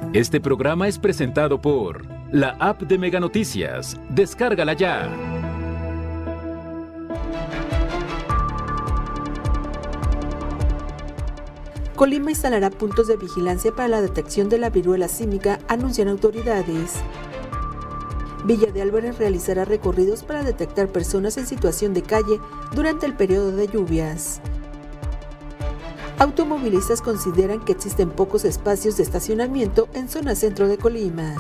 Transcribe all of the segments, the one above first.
Este programa es presentado por la app de Mega Noticias. Descárgala ya. Colima instalará puntos de vigilancia para la detección de la viruela símica, anuncian autoridades. Villa de Álvarez realizará recorridos para detectar personas en situación de calle durante el periodo de lluvias. Automovilistas consideran que existen pocos espacios de estacionamiento en zona centro de Colima.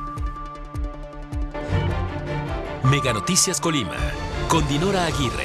Mega Noticias Colima, con Dinora Aguirre.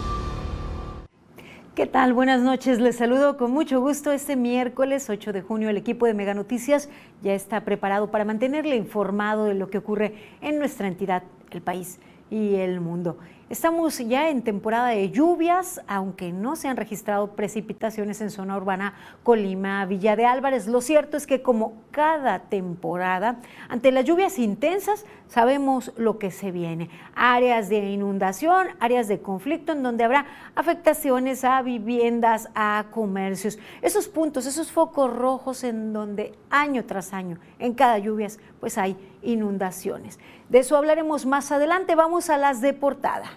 ¿Qué tal? Buenas noches, les saludo con mucho gusto. Este miércoles 8 de junio el equipo de Mega Noticias ya está preparado para mantenerle informado de lo que ocurre en nuestra entidad, el país y el mundo. Estamos ya en temporada de lluvias, aunque no se han registrado precipitaciones en zona urbana Colima, Villa de Álvarez. Lo cierto es que como cada temporada, ante las lluvias intensas, sabemos lo que se viene. Áreas de inundación, áreas de conflicto en donde habrá afectaciones a viviendas, a comercios. Esos puntos, esos focos rojos en donde año tras año, en cada lluvias, pues hay inundaciones. De eso hablaremos más adelante. Vamos a las de portada.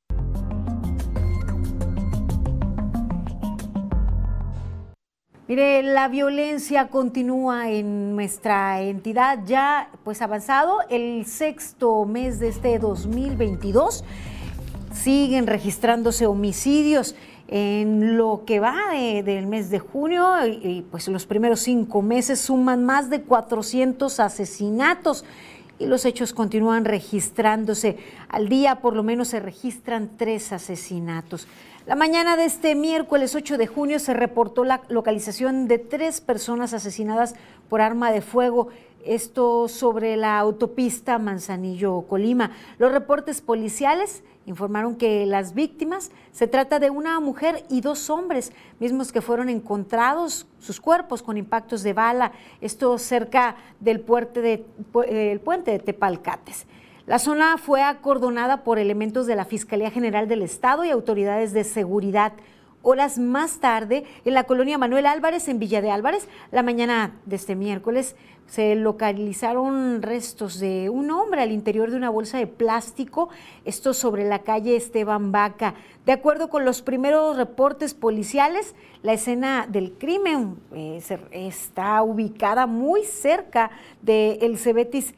Mire, la violencia continúa en nuestra entidad, ya pues avanzado el sexto mes de este 2022, siguen registrándose homicidios en lo que va del mes de junio y pues los primeros 5 meses suman más de 400 asesinatos. Y los hechos continúan registrándose. Al día por lo menos se registran 3 asesinatos. La mañana de este miércoles 8 de junio se reportó la localización de 3 personas asesinadas por arma de fuego. Esto sobre la autopista Manzanillo-Colima. Los reportes policiales informaron que las víctimas se trata de una mujer y 2 hombres, mismos que fueron encontrados sus cuerpos con impactos de bala, esto cerca del puente de Tepalcates. La zona fue acordonada por elementos de la Fiscalía General del Estado y autoridades de seguridad. Horas más tarde, en la colonia Manuel Álvarez, en Villa de Álvarez, la mañana de este miércoles, se localizaron restos de un hombre al interior de una bolsa de plástico, esto sobre la calle Esteban Vaca. De acuerdo con los primeros reportes policiales, la escena del crimen está ubicada muy cerca del Cebetis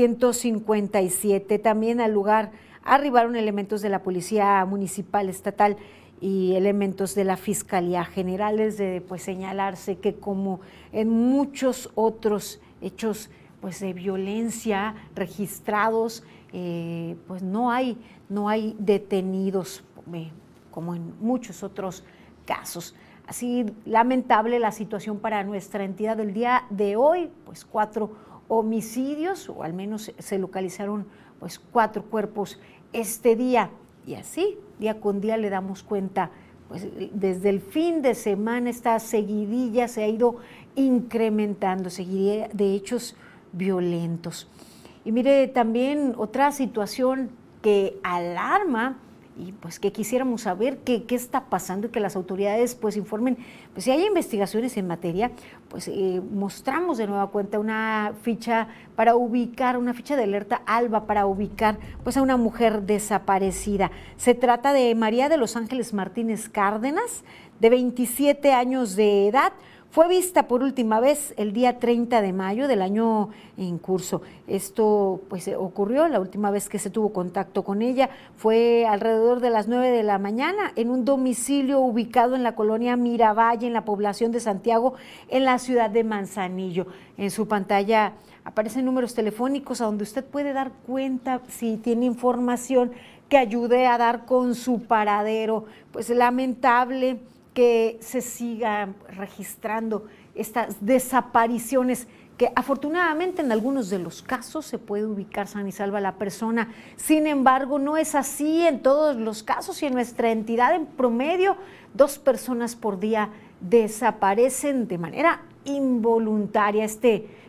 157. También al lugar arribaron elementos de la Policía Municipal Estatal y elementos de la Fiscalía General. Es de señalarse que como en muchos otros hechos de violencia registrados, pues no hay detenidos como en muchos otros casos. Así lamentable la situación para nuestra entidad del día de hoy, 4 homicidios, o al menos se localizaron 4 cuerpos este día, y así día con día le damos cuenta, desde el fin de semana esta seguidilla se ha ido incrementando, seguidilla de hechos violentos. Y mire, también otra situación que alarma y que quisiéramos saber qué está pasando y que las autoridades informen, si hay investigaciones en materia, mostramos de nueva cuenta una ficha para ubicar, una ficha de alerta ALBA para ubicar a una mujer desaparecida. Se trata de María de los Ángeles Martínez Cárdenas, de 27 años de edad. Fue vista por última vez el día 30 de mayo del año en curso. Esto ocurrió, la última vez que se tuvo contacto con ella fue alrededor de las 9 de la mañana en un domicilio ubicado en la colonia Miravalle, en la población de Santiago, en la ciudad de Manzanillo. En su pantalla aparecen números telefónicos a donde usted puede dar cuenta si tiene información que ayude a dar con su paradero. Lamentable que se sigan registrando estas desapariciones, que afortunadamente en algunos de los casos se puede ubicar sana y salva la persona. Sin embargo, no es así en todos los casos, y en nuestra entidad en promedio 2 personas por día desaparecen de manera involuntaria. Este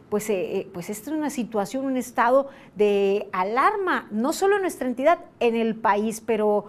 pues esta es una situación, un estado de alarma, no solo en nuestra entidad, en el país, pero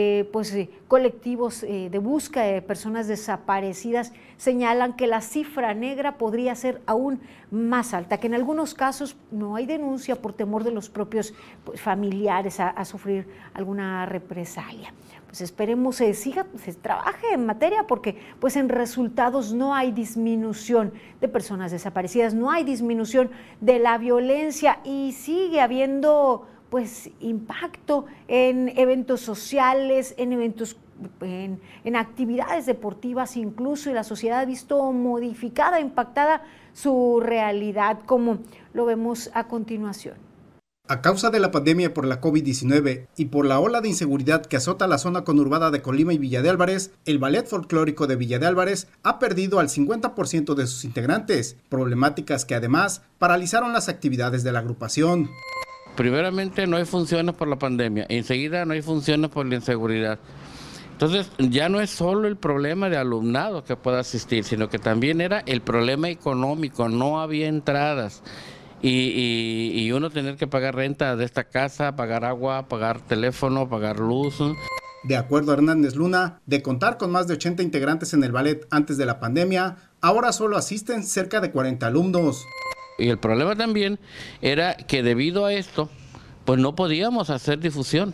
colectivos de búsqueda de personas desaparecidas señalan que la cifra negra podría ser aún más alta, que en algunos casos no hay denuncia por temor de los propios familiares a sufrir alguna represalia. Pues esperemos se trabaje en materia, porque pues en resultados no hay disminución de personas desaparecidas, no hay disminución de la violencia y sigue habiendo pues impacto en eventos sociales, en eventos, en actividades deportivas incluso, y la sociedad ha visto modificada, impactada su realidad, como lo vemos a continuación. A causa de la pandemia por la COVID-19 y por la ola de inseguridad que azota la zona conurbada de Colima y Villa de Álvarez, el Ballet Folclórico de Villa de Álvarez ha perdido al 50% de sus integrantes, problemáticas que además paralizaron las actividades de la agrupación. Primeramente no hay funciones por la pandemia, enseguida no hay funciones por la inseguridad. Entonces ya no es solo el problema de alumnado que pueda asistir, sino que también era el problema económico, no había entradas. Y uno tener que pagar renta de esta casa, pagar agua, pagar teléfono, pagar luz. De acuerdo a Hernández Luna, de contar con más de 80 integrantes en el ballet antes de la pandemia, ahora solo asisten cerca de 40 alumnos. Y el problema también era que debido a esto, pues no podíamos hacer difusión.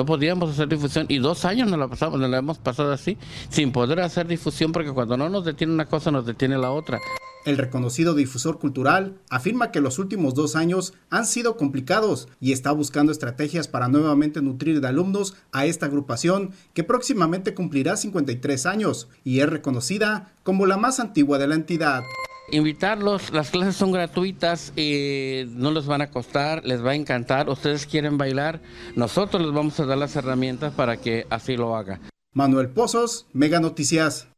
Y 2 años nos la hemos pasado así, sin poder hacer difusión, porque cuando no nos detiene una cosa, nos detiene la otra. El reconocido difusor cultural afirma que los últimos 2 años han sido complicados y está buscando estrategias para nuevamente nutrir de alumnos a esta agrupación que próximamente cumplirá 53 años y es reconocida como la más antigua de la entidad. Invitarlos, las clases son gratuitas, no les van a costar, les va a encantar. Ustedes quieren bailar, nosotros les vamos a dar las herramientas para que así lo haga. Manuel Pozos, Mega Noticias.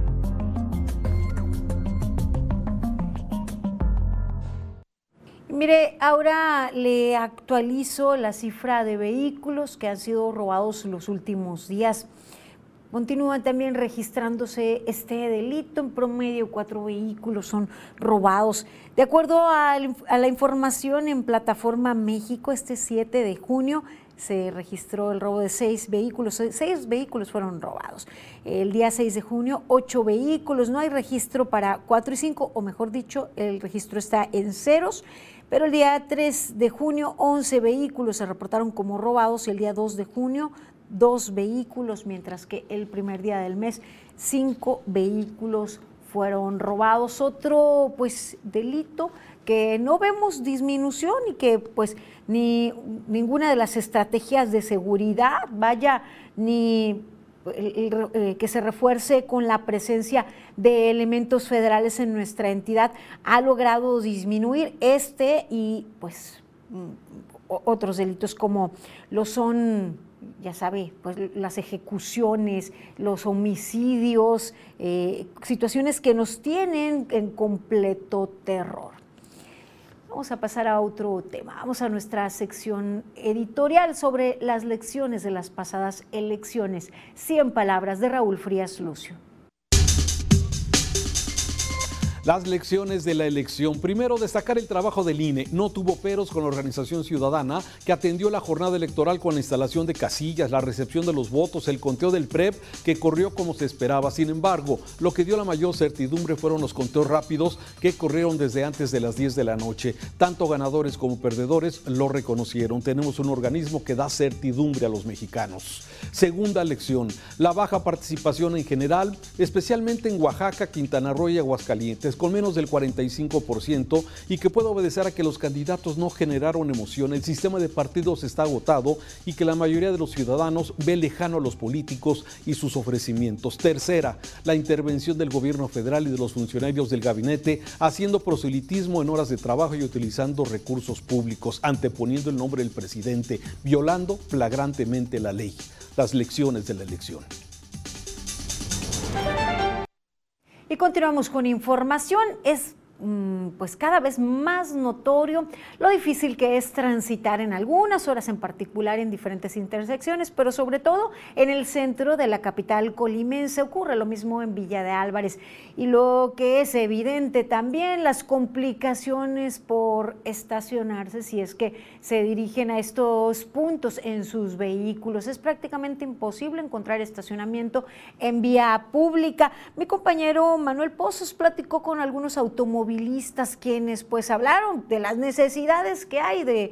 Mire, ahora le actualizo la cifra de vehículos que han sido robados los últimos días. Continúa también registrándose este delito. En promedio 4 vehículos son robados. De acuerdo a la información en Plataforma México, este 7 de junio se registró el robo de 6 vehículos. 6 vehículos fueron robados. El día 6 de junio, 8 vehículos. No hay registro para 4 y 5, o mejor dicho, el registro está en ceros. Pero el día 3 de junio, 11 vehículos se reportaron como robados, y el día 2 de junio, 2 vehículos, mientras que el primer día del mes, 5 vehículos fueron robados. Otro delito que no vemos disminución y que ni ninguna de las estrategias de seguridad, ni que se refuerce con la presencia de elementos federales en nuestra entidad ha logrado disminuir y otros delitos como lo son, ya sabe, las ejecuciones, los homicidios, situaciones que nos tienen en completo terror. Vamos a pasar a otro tema. Vamos a nuestra sección editorial sobre las lecciones de las pasadas elecciones. 100 palabras de Raúl Frías Lucio. Las lecciones de la elección. Primero, destacar el trabajo del INE. No tuvo peros con la organización ciudadana que atendió la jornada electoral con la instalación de casillas, la recepción de los votos, el conteo del PREP que corrió como se esperaba. Sin embargo, lo que dio la mayor certidumbre fueron los conteos rápidos que corrieron desde antes de las 10 de la noche. Tanto ganadores como perdedores lo reconocieron. Tenemos un organismo que da certidumbre a los mexicanos. Segunda lección, la baja participación en general, especialmente en Oaxaca, Quintana Roo y Aguascalientes, con menos del 45%, y que puede obedecer a que los candidatos no generaron emoción, el sistema de partidos está agotado y que la mayoría de los ciudadanos ve lejano a los políticos y sus ofrecimientos. Tercera, la intervención del gobierno federal y de los funcionarios del gabinete haciendo proselitismo en horas de trabajo y utilizando recursos públicos, anteponiendo el nombre del presidente, violando flagrantemente la ley. Las lecciones de la elección. Y continuamos con información. Es pues cada vez más notorio lo difícil que es transitar en algunas horas en particular en diferentes intersecciones, pero sobre todo en el centro de la capital colimense. Ocurre lo mismo en Villa de Álvarez, y lo que es evidente también, las complicaciones por estacionarse si es que se dirigen a estos puntos en sus vehículos. Es prácticamente imposible encontrar estacionamiento en vía pública. Mi compañero Manuel Pozos platicó con algunos automovilistas quienes pues hablaron de las necesidades que hay de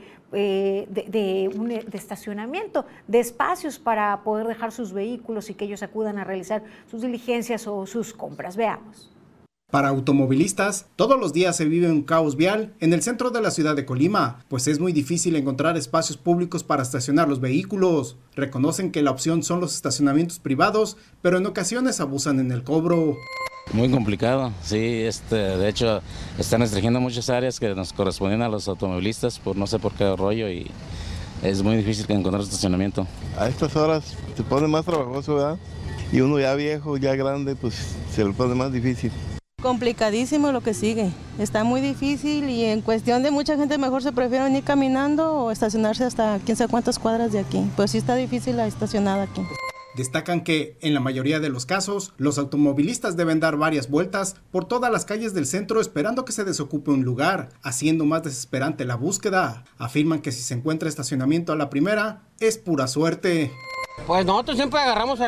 estacionamiento, de espacios para poder dejar sus vehículos y que ellos acudan a realizar sus diligencias o sus compras. Veamos. Para automovilistas, todos los días se vive un caos vial en el centro de la ciudad de Colima, pues es muy difícil encontrar espacios públicos para estacionar los vehículos. Reconocen que la opción son los estacionamientos privados, pero en ocasiones abusan en el cobro. Muy complicado, sí, de hecho están restringiendo muchas áreas que nos corresponden a los automovilistas por no sé por qué rollo, y es muy difícil encontrar estacionamiento. A estas horas se pone más trabajoso, ¿verdad? Y uno ya viejo, ya grande, pues se le pone más difícil. Complicadísimo lo que sigue, está muy difícil, y en cuestión de mucha gente mejor se prefiere ir caminando o estacionarse hasta quién sabe cuántas cuadras de aquí, pues sí está difícil la estacionada aquí. Destacan que, en la mayoría de los casos, los automovilistas deben dar varias vueltas por todas las calles del centro esperando que se desocupe un lugar, haciendo más desesperante la búsqueda. Afirman que si se encuentra estacionamiento a la primera, es pura suerte. Pues nosotros siempre agarramos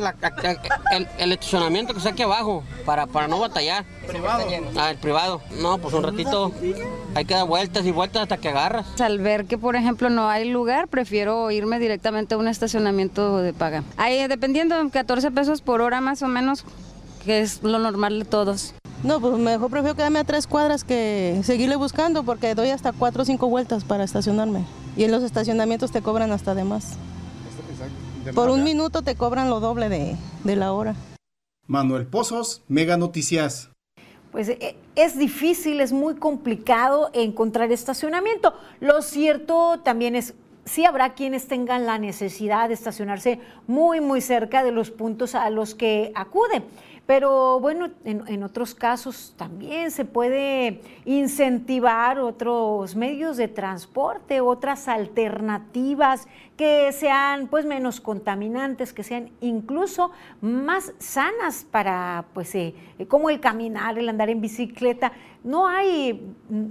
el estacionamiento que está aquí abajo, para no batallar. ¿Privado? El privado. No, pues un ratito, hay que dar vueltas y vueltas hasta que agarras. Al ver que, por ejemplo, no hay lugar, prefiero irme directamente a un estacionamiento de paga. Ahí, dependiendo, 14 pesos por hora más o menos, que es lo normal de todos. No, pues mejor prefiero quedarme a 3 cuadras que seguirle buscando, porque doy hasta 4 o 5 vueltas para estacionarme. Y en los estacionamientos te cobran hasta de más. Por un minuto te cobran lo doble de la hora. Manuel Pozos, Mega Noticias. Pues es difícil, es muy complicado encontrar estacionamiento. Lo cierto también es, sí habrá quienes tengan la necesidad de estacionarse muy, muy cerca de los puntos a los que acuden. Pero bueno, en otros casos también se puede incentivar otros medios de transporte, otras alternativas que sean pues menos contaminantes, que sean incluso más sanas para pues como el caminar, el andar en bicicleta. No hay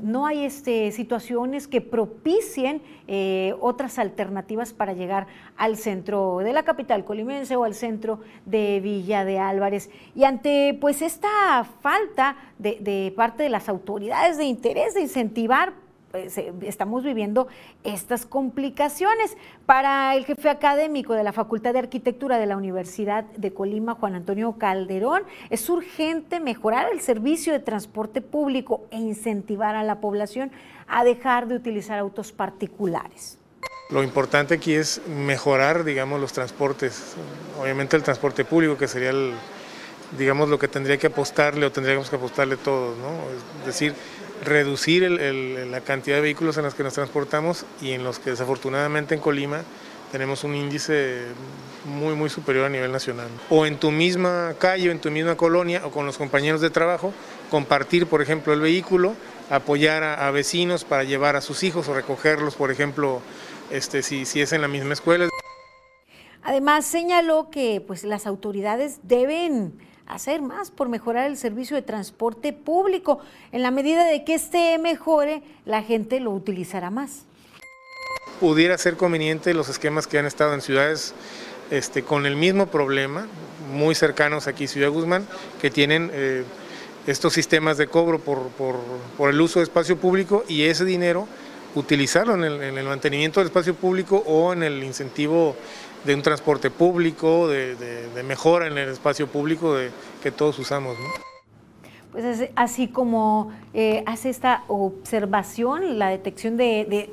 situaciones que propicien otras alternativas para llegar al centro de la capital colimense o al centro de Villa de Álvarez. Y ante pues esta falta de parte de las autoridades de interés de incentivar, pues, estamos viviendo estas complicaciones. Para el jefe académico de la Facultad de Arquitectura de la Universidad de Colima, Juan Antonio Calderón, es urgente mejorar el servicio de transporte público e incentivar a la población a dejar de utilizar autos particulares. Lo importante aquí es mejorar, digamos, los transportes. Obviamente el transporte público, que sería digamos, lo que tendría que apostarle o tendríamos que apostarle todos, ¿no? Es decir, reducir la cantidad de vehículos en los que nos transportamos y en los que desafortunadamente en Colima tenemos un índice muy, muy superior a nivel nacional. O en tu misma calle o en tu misma colonia o con los compañeros de trabajo, compartir, por ejemplo, el vehículo, apoyar a vecinos para llevar a sus hijos o recogerlos, por ejemplo, si es en la misma escuela. Además, señaló que pues, las autoridades deben hacer más por mejorar el servicio de transporte público. En la medida de que este mejore, la gente lo utilizará más. Pudiera ser conveniente los esquemas que han estado en ciudades con el mismo problema, muy cercanos aquí, Ciudad Guzmán, que tienen estos sistemas de cobro por el uso de espacio público, y ese dinero utilizarlo en el mantenimiento del espacio público o en el incentivo de un transporte público, de mejora en el espacio público que todos usamos, ¿no? Pues así como hace esta observación, la detección de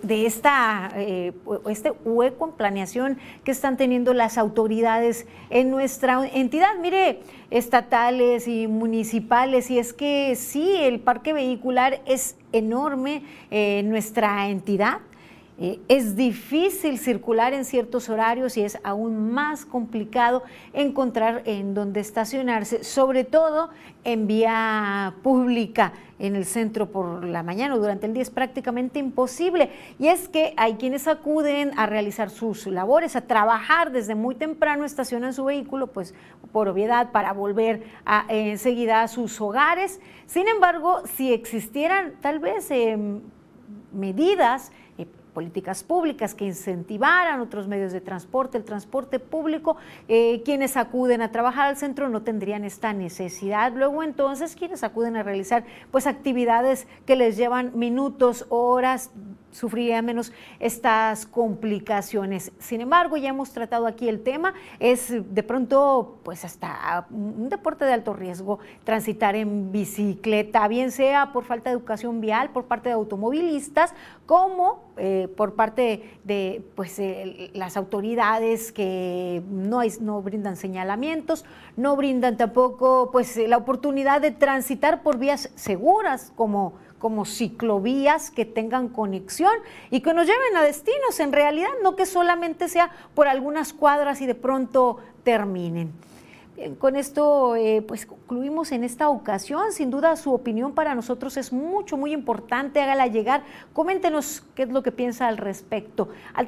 este hueco en planeación que están teniendo las autoridades en nuestra entidad, mire, estatales y municipales, y es que sí, el parque vehicular es enorme en nuestra entidad. Es difícil circular en ciertos horarios y es aún más complicado encontrar en dónde estacionarse, sobre todo en vía pública. En el centro por la mañana o durante el día es prácticamente imposible. Y es que hay quienes acuden a realizar sus labores, a trabajar desde muy temprano, estacionan su vehículo, pues por obviedad, para volver enseguida a sus hogares. Sin embargo, si existieran tal vez medidas, políticas públicas que incentivaran otros medios de transporte, el transporte público, quienes acuden a trabajar al centro no tendrían esta necesidad. Luego entonces quienes acuden a realizar pues actividades que les llevan minutos, horas, sufrirían menos estas complicaciones. Sin embargo, ya hemos tratado aquí el tema, es de pronto pues hasta un deporte de alto riesgo transitar en bicicleta, bien sea por falta de educación vial por parte de automovilistas, como por parte de pues, las autoridades que no brindan señalamientos, no brindan tampoco pues, la oportunidad de transitar por vías seguras como ciclovías que tengan conexión y que nos lleven a destinos en realidad, no que solamente sea por algunas cuadras y de pronto terminen. Bien, con esto pues concluimos en esta ocasión. Sin duda su opinión para nosotros es muy importante, hágala llegar, coméntenos qué es lo que piensa al respecto. Al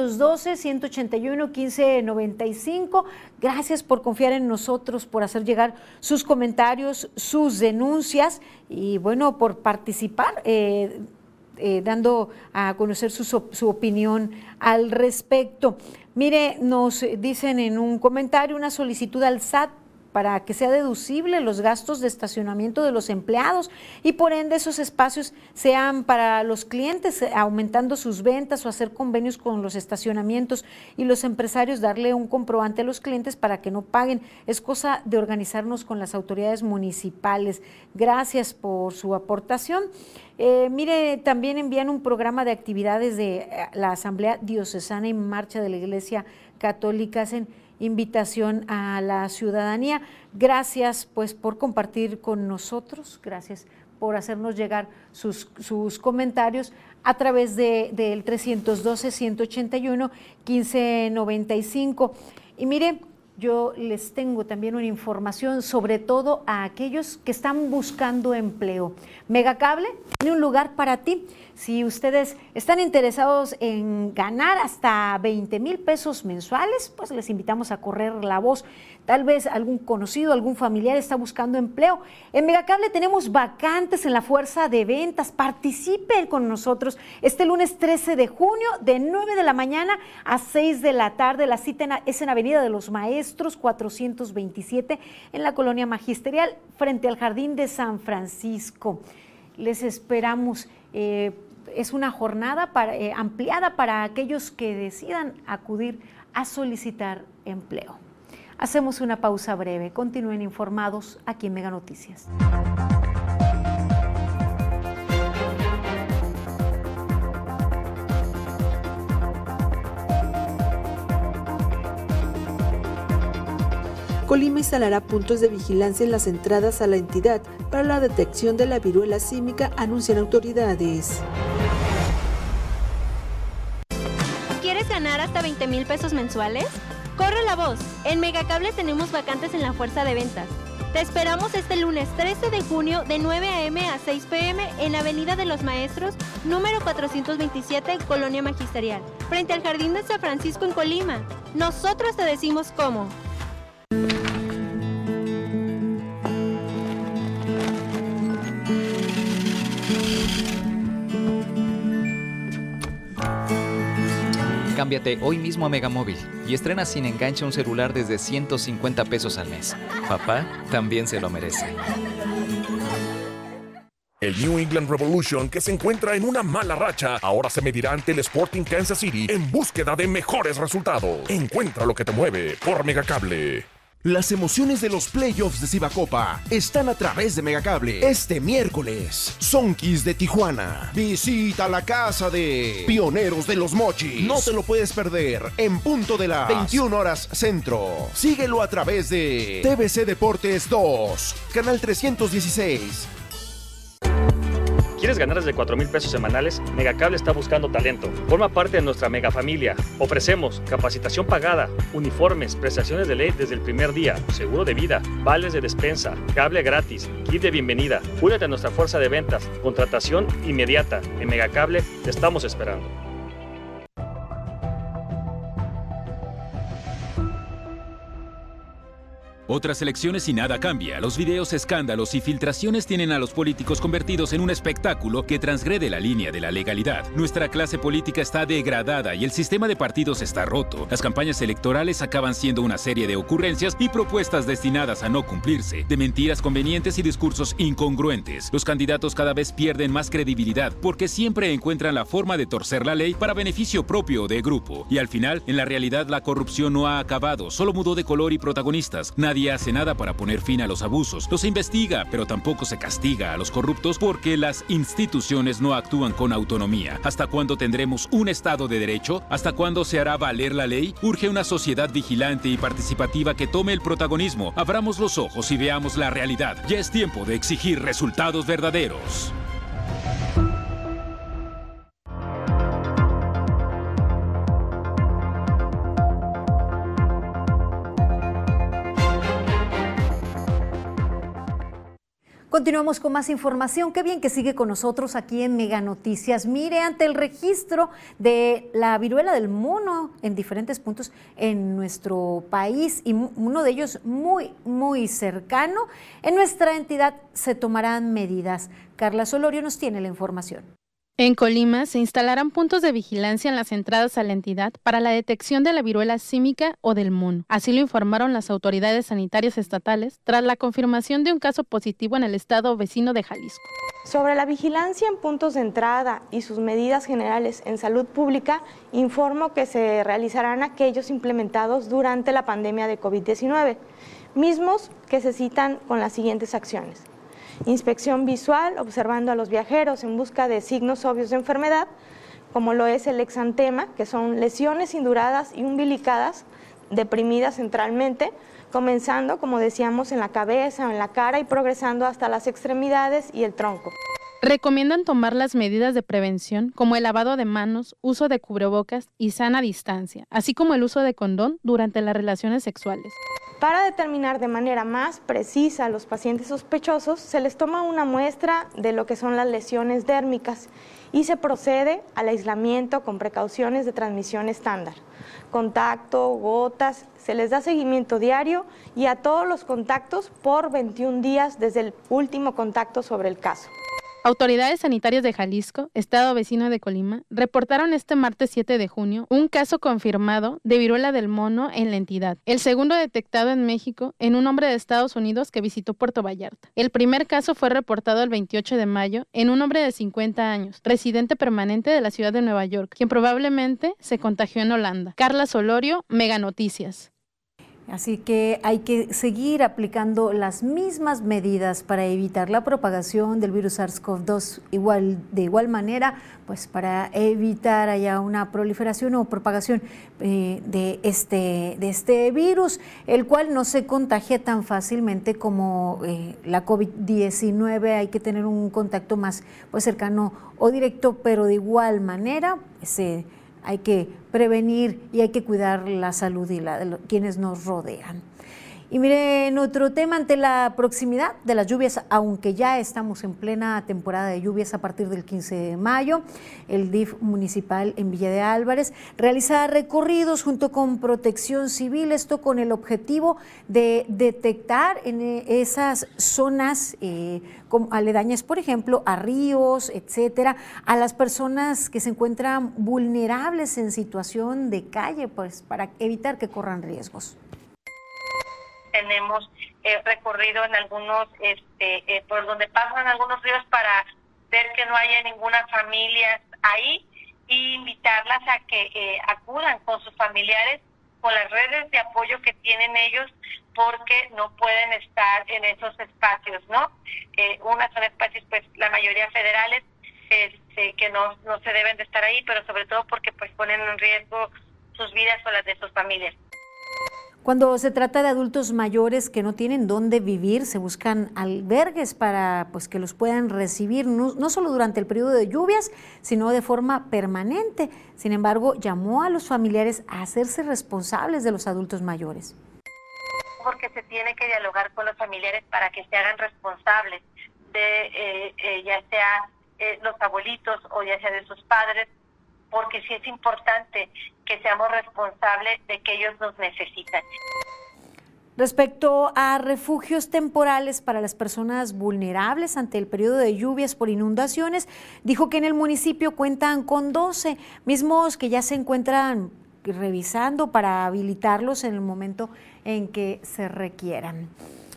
312-181-1595, gracias por confiar en nosotros, por hacer llegar sus comentarios, sus denuncias y bueno, por participar, dando a conocer su opinión al respecto. Mire, nos dicen en un comentario una solicitud al SAT para que sea deducible los gastos de estacionamiento de los empleados y por ende esos espacios sean para los clientes, aumentando sus ventas o hacer convenios con los estacionamientos y los empresarios, darle un comprobante a los clientes para que no paguen. Es cosa de organizarnos con las autoridades municipales. Gracias por su aportación. Mire, también envían un programa de actividades de la Asamblea Diocesana en Marcha de la Iglesia Católica, hacen invitación a la ciudadanía. Gracias pues por compartir con nosotros, gracias por hacernos llegar sus comentarios a través del 312-181-1595. Y mire, yo les tengo también una información, sobre todo a aquellos que están buscando empleo. Megacable tiene un lugar para ti. Si ustedes están interesados en ganar hasta 20,000 pesos mensuales, pues les invitamos a correr la voz. Tal vez algún conocido, algún familiar está buscando empleo. En Megacable tenemos vacantes en la fuerza de ventas. Participen con nosotros este lunes 13 de junio de 9 de la mañana a 6 de la tarde. La cita es en Avenida de los Maestros 427 en la Colonia Magisterial frente al Jardín de San Francisco. Les esperamos. Es una jornada ampliada para aquellos que decidan acudir a solicitar empleo. Hacemos una pausa breve. Continúen informados aquí en Mega Noticias. Colima instalará puntos de vigilancia en las entradas a la entidad para la detección de la viruela símica, anuncian autoridades. ¿Quieres ganar hasta 20,000 pesos mensuales? ¡Corre la voz! En Megacable tenemos vacantes en la fuerza de ventas. Te esperamos este lunes 13 de junio de 9 a.m. a 6 p.m. en Avenida de los Maestros, número 427, Colonia Magisterial, frente al Jardín de San Francisco en Colima. Nosotros te decimos cómo. Cámbiate hoy mismo a Megamóvil y estrena sin enganche un celular desde 150 pesos al mes. Papá también se lo merece. El New England Revolution, que se encuentra en una mala racha, ahora se medirá ante el Sporting Kansas City en búsqueda de mejores resultados. Encuentra lo que te mueve por Megacable. Las emociones de los playoffs de Cibacopa están a través de Megacable. Este miércoles, Sonkis de Tijuana visita la casa de Pioneros de los Mochis. No te lo puedes perder en punto de las 21 horas centro. Síguelo a través de TVC Deportes 2, canal 316. ¿Quieres ganar desde 4,000 pesos semanales? Megacable está buscando talento. Forma parte de nuestra mega familia. Ofrecemos capacitación pagada, uniformes, prestaciones de ley desde el primer día, seguro de vida, vales de despensa, cable gratis, kit de bienvenida. Únete a nuestra fuerza de ventas, contratación inmediata. En Megacable te estamos esperando. Otras elecciones y nada cambia. Los videos, escándalos y filtraciones tienen a los políticos convertidos en un espectáculo que transgrede la línea de la legalidad. Nuestra clase política está degradada y el sistema de partidos está roto. Las campañas electorales acaban siendo una serie de ocurrencias y propuestas destinadas a no cumplirse, de mentiras convenientes y discursos incongruentes. Los candidatos cada vez pierden más credibilidad porque siempre encuentran la forma de torcer la ley para beneficio propio o de grupo. Y al final, en la realidad, la corrupción no ha acabado, solo mudó de color y protagonistas. Nadie hace nada para poner fin a los abusos. Los investiga, pero tampoco se castiga a los corruptos porque las instituciones no actúan con autonomía. ¿Hasta cuándo tendremos un Estado de Derecho? ¿Hasta cuándo se hará valer la ley? Urge una sociedad vigilante y participativa que tome el protagonismo. Abramos los ojos y veamos la realidad. Ya es tiempo de exigir resultados verdaderos. Continuamos con más información. Qué bien que sigue con nosotros aquí en Mega Noticias. Mire, ante el registro de la viruela del mono en diferentes puntos en nuestro país y uno de ellos muy cercano, en nuestra entidad se tomarán medidas. Carla Solorio nos tiene la información. En Colima se instalarán puntos de vigilancia en las entradas a la entidad para la detección de la viruela símica o del mono. Así lo informaron las autoridades sanitarias estatales tras la confirmación de un caso positivo en el estado vecino de Jalisco. Sobre la vigilancia en puntos de entrada y sus medidas generales en salud pública, informo que se realizarán aquellos implementados durante la pandemia de COVID-19, mismos que se citan con las siguientes acciones. Inspección visual, observando a los viajeros en busca de signos obvios de enfermedad, como lo es el exantema, que son lesiones induradas y umbilicadas, deprimidas centralmente, comenzando, como decíamos, en la cabeza o en la cara y progresando hasta las extremidades y el tronco. Recomiendan tomar las medidas de prevención como el lavado de manos, uso de cubrebocas y sana distancia, así como el uso de condón durante las relaciones sexuales. Para determinar de manera más precisa a los pacientes sospechosos, se les toma una muestra de lo que son las lesiones dérmicas y se procede al aislamiento con precauciones de transmisión estándar. Contacto, gotas, se les da seguimiento diario y a todos los contactos por 21 días desde el último contacto sobre el caso. Autoridades sanitarias de Jalisco, estado vecino de Colima, reportaron este martes 7 de junio un caso confirmado de viruela del mono en la entidad. El segundo detectado en México en un hombre de Estados Unidos que visitó Puerto Vallarta. El primer caso fue reportado el 28 de mayo en un hombre de 50 años, residente permanente de la ciudad de Nueva York, quien probablemente se contagió en Holanda. Carla Solorio, Mega Noticias. Así que hay que seguir aplicando las mismas medidas para evitar la propagación del virus SARS-CoV-2. De igual manera, pues para evitar haya una proliferación o propagación de este virus, el cual no se contagia tan fácilmente como la COVID-19. Hay que tener un contacto más cercano o directo, pero de igual manera hay que prevenir y hay que cuidar la salud y la de quienes nos rodean. Y miren, otro tema, ante la proximidad de las lluvias, aunque ya estamos en plena temporada de lluvias a partir del 15 de mayo, el DIF municipal en Villa de Álvarez realiza recorridos junto con Protección Civil, esto con el objetivo de detectar en esas zonas aledañas, por ejemplo, a ríos, etcétera, a las personas que se encuentran vulnerables en situación de calle, pues para evitar que corran riesgos. Tenemos recorrido en algunos, por donde pasan algunos ríos para ver que no haya ninguna familia ahí y invitarlas a que acudan con sus familiares, con las redes de apoyo que tienen ellos, porque no pueden estar en esos espacios, ¿no? Unas son espacios, pues, la mayoría federales, que no se deben de estar ahí, pero sobre todo porque pues ponen en riesgo sus vidas o las de sus familias. Cuando se trata de adultos mayores que no tienen dónde vivir, se buscan albergues para pues, que los puedan recibir, no solo durante el periodo de lluvias, sino de forma permanente. Sin embargo, llamó a los familiares a hacerse responsables de los adultos mayores. Porque se tiene que dialogar con los familiares para que se hagan responsables de ya sea los abuelitos o ya sea de sus padres, porque sí es importante que seamos responsables de que ellos nos necesitan. Respecto a refugios temporales para las personas vulnerables ante el periodo de lluvias por inundaciones, dijo que en el municipio cuentan con 12, mismos que ya se encuentran revisando para habilitarlos en el momento en que se requieran.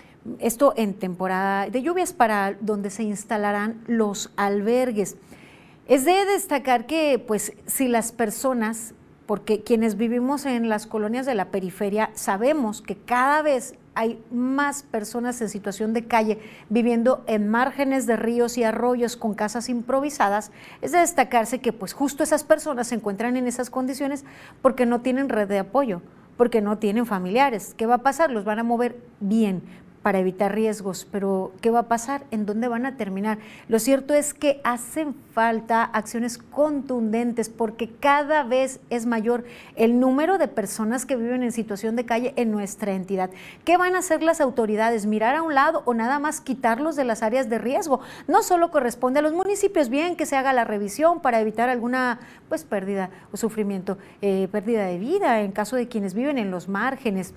Esto en temporada de lluvias, para donde se instalarán los albergues. Es de destacar que, pues, si las personas, porque quienes vivimos en las colonias de la periferia sabemos que cada vez hay más personas en situación de calle viviendo en márgenes de ríos y arroyos con casas improvisadas, es de destacarse que pues justo esas personas se encuentran en esas condiciones porque no tienen red de apoyo, porque no tienen familiares. ¿Qué va a pasar? Los van a mover bien para evitar riesgos, pero ¿qué va a pasar? ¿En dónde van a terminar? Lo cierto es que hacen falta acciones contundentes porque cada vez es mayor el número de personas que viven en situación de calle en nuestra entidad. ¿Qué van a hacer las autoridades? ¿Mirar a un lado o nada más quitarlos de las áreas de riesgo? No solo corresponde a los municipios, bien que se haga la revisión para evitar alguna pues pérdida o sufrimiento, pérdida de vida en caso de quienes viven en los márgenes.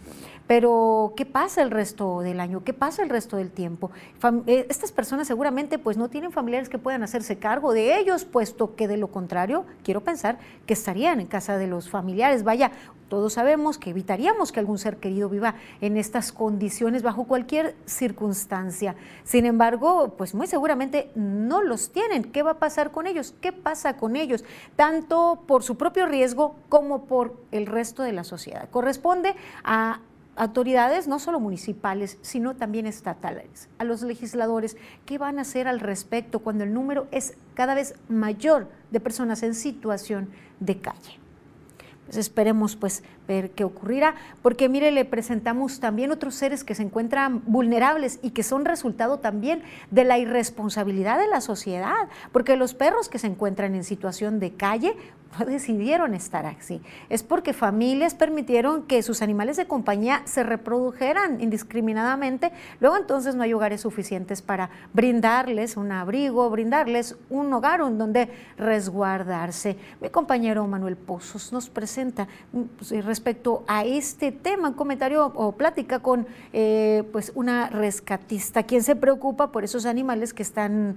Pero, ¿qué pasa el resto del año? ¿Qué pasa el resto del tiempo? Estas personas seguramente pues no tienen familiares que puedan hacerse cargo de ellos, puesto que de lo contrario, quiero pensar que estarían en casa de los familiares. Vaya, todos sabemos que evitaríamos que algún ser querido viva en estas condiciones bajo cualquier circunstancia. Sin embargo, pues muy seguramente no los tienen. ¿Qué va a pasar con ellos? ¿Qué pasa con ellos? Tanto por su propio riesgo como por el resto de la sociedad. Corresponde a autoridades no solo municipales, sino también estatales, a los legisladores, ¿qué van a hacer al respecto cuando el número es cada vez mayor de personas en situación de calle? Pues esperemos pues ver qué ocurrirá, porque mire, le presentamos también otros seres que se encuentran vulnerables y que son resultado también de la irresponsabilidad de la sociedad, porque los perros que se encuentran en situación de calle no decidieron estar así, es porque familias permitieron que sus animales de compañía se reprodujeran indiscriminadamente, luego entonces no hay hogares suficientes para brindarles un abrigo, brindarles un hogar en donde resguardarse. Mi compañero Manuel Pozos nos presenta respecto a este tema, un comentario o plática con pues una rescatista, quien se preocupa por esos animales que estarán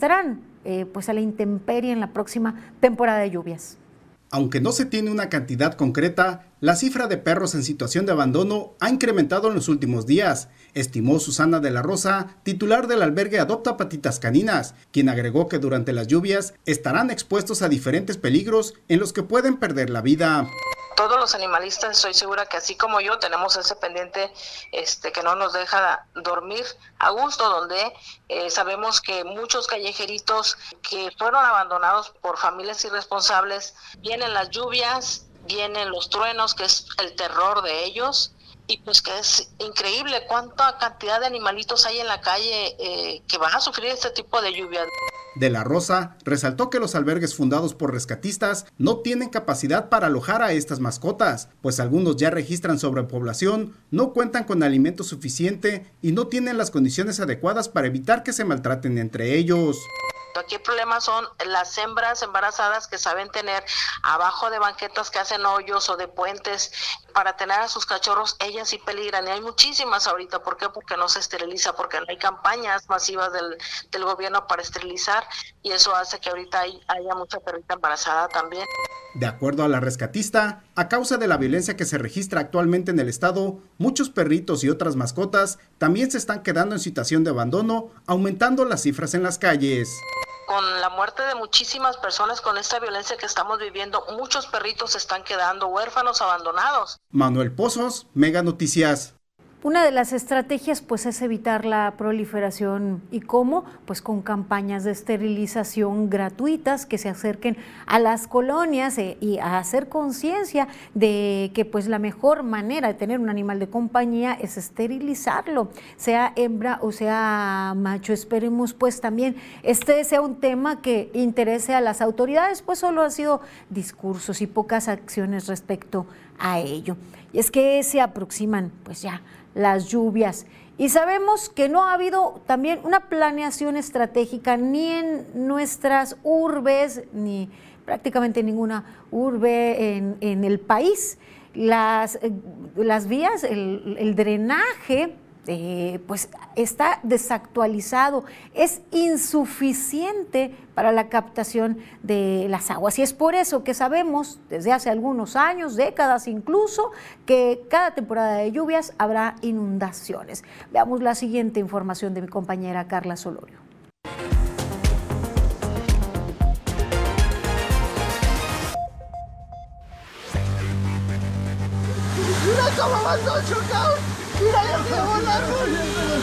pues a la intemperie en la próxima temporada de lluvias. Aunque no se tiene una cantidad concreta, la cifra de perros en situación de abandono ha incrementado en los últimos días, estimó Susana de la Rosa, titular del albergue Adopta Patitas Caninas, quien agregó que durante las lluvias estarán expuestos a diferentes peligros en los que pueden perder la vida. Todos los animalistas, estoy segura que así como yo, tenemos ese pendiente que no nos deja dormir a gusto, donde sabemos que muchos callejeritos que fueron abandonados por familias irresponsables, vienen las lluvias, vienen los truenos, que es el terror de ellos, y pues que es increíble cuánta cantidad de animalitos hay en la calle que van a sufrir este tipo de lluvia. De la Rosa resaltó que los albergues fundados por rescatistas no tienen capacidad para alojar a estas mascotas, pues algunos ya registran sobrepoblación, no cuentan con alimento suficiente y no tienen las condiciones adecuadas para evitar que se maltraten entre ellos. Aquí el problema son las hembras embarazadas que saben tener abajo de banquetas que hacen hoyos o de puentes para tener a sus cachorros, ellas sí peligran. Y hay muchísimas ahorita. ¿Por qué? Porque no se esteriliza, porque no hay campañas masivas del gobierno para esterilizar, y eso hace que ahorita haya mucha perrita embarazada también. De acuerdo a la rescatista, a causa de la violencia que se registra actualmente en el estado, muchos perritos y otras mascotas también se están quedando en situación de abandono, aumentando las cifras en las calles. Con la muerte de muchísimas personas, con esta violencia que estamos viviendo, muchos perritos se están quedando huérfanos, abandonados. Manuel Pozos, Mega Noticias. Una de las estrategias pues es evitar la proliferación. ¿Y cómo? Pues con campañas de esterilización gratuitas que se acerquen a las colonias y a hacer conciencia de que pues la mejor manera de tener un animal de compañía es esterilizarlo, sea hembra o sea macho. Esperemos pues también este sea un tema que interese a las autoridades, pues solo han sido discursos y pocas acciones respecto a ello. Y es que se aproximan pues ya las lluvias y sabemos que no ha habido también una planeación estratégica ni en nuestras urbes, ni prácticamente ninguna urbe en el país. Las vías, el drenaje pues está desactualizado, es insuficiente para la captación de las aguas y es por eso que sabemos desde hace algunos años, décadas incluso, que cada temporada de lluvias habrá inundaciones. Veamos la siguiente información de mi compañera Carla Solorio. ¡Mira cómo van a chocar! ¡Mira, ya se volaron!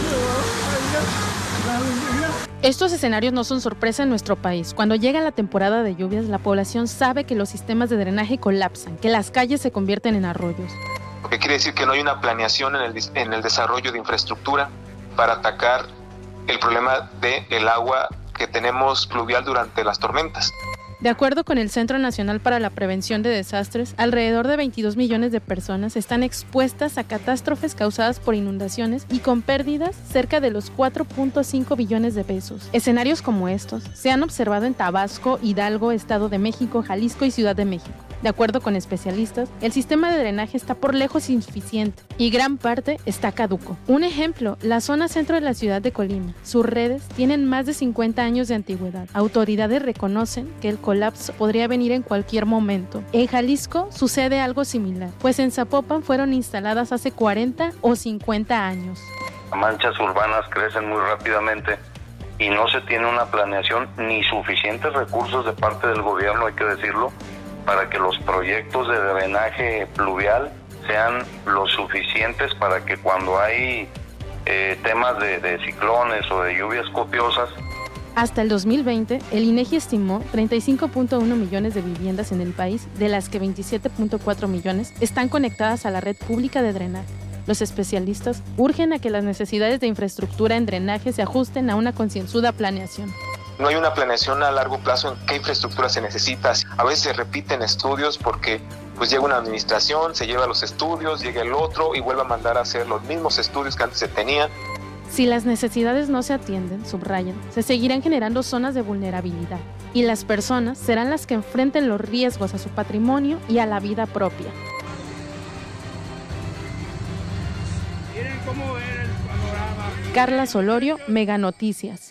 Estos escenarios no son sorpresa en nuestro país. Cuando llega la temporada de lluvias, la población sabe que los sistemas de drenaje colapsan, que las calles se convierten en arroyos. Lo que quiere decir que no hay una planeación en el desarrollo de infraestructura para atacar el problema del agua que tenemos pluvial durante las tormentas. De acuerdo con el Centro Nacional para la Prevención de Desastres, alrededor de 22 millones de personas están expuestas a catástrofes causadas por inundaciones y con pérdidas cerca de los 4.5 billones de pesos. Escenarios como estos se han observado en Tabasco, Hidalgo, Estado de México, Jalisco y Ciudad de México. De acuerdo con especialistas, el sistema de drenaje está por lejos insuficiente y gran parte está caduco. Un ejemplo, la zona centro de la ciudad de Colima. Sus redes tienen más de 50 años de antigüedad. Autoridades reconocen que el colapso podría venir en cualquier momento. En Jalisco sucede algo similar, pues en Zapopan fueron instaladas hace 40 o 50 años. Manchas urbanas crecen muy rápidamente y no se tiene una planeación ni suficientes recursos de parte del gobierno, hay que decirlo, para que los proyectos de drenaje pluvial sean lo suficientes para que cuando hay temas de ciclones o de lluvias copiosas. Hasta el 2020, el INEGI estimó 35.1 millones de viviendas en el país, de las que 27.4 millones están conectadas a la red pública de drenaje. Los especialistas urgen a que las necesidades de infraestructura en drenaje se ajusten a una concienzuda planeación. No hay una planeación a largo plazo en qué infraestructura se necesita. A veces se repiten estudios porque pues llega una administración, se lleva los estudios, llega el otro y vuelve a mandar a hacer los mismos estudios que antes se tenían. Si las necesidades no se atienden, subrayan, se seguirán generando zonas de vulnerabilidad y las personas serán las que enfrenten los riesgos a su patrimonio y a la vida propia. Miren cómo ven el panorama. Carla Solorio, Mega Noticias.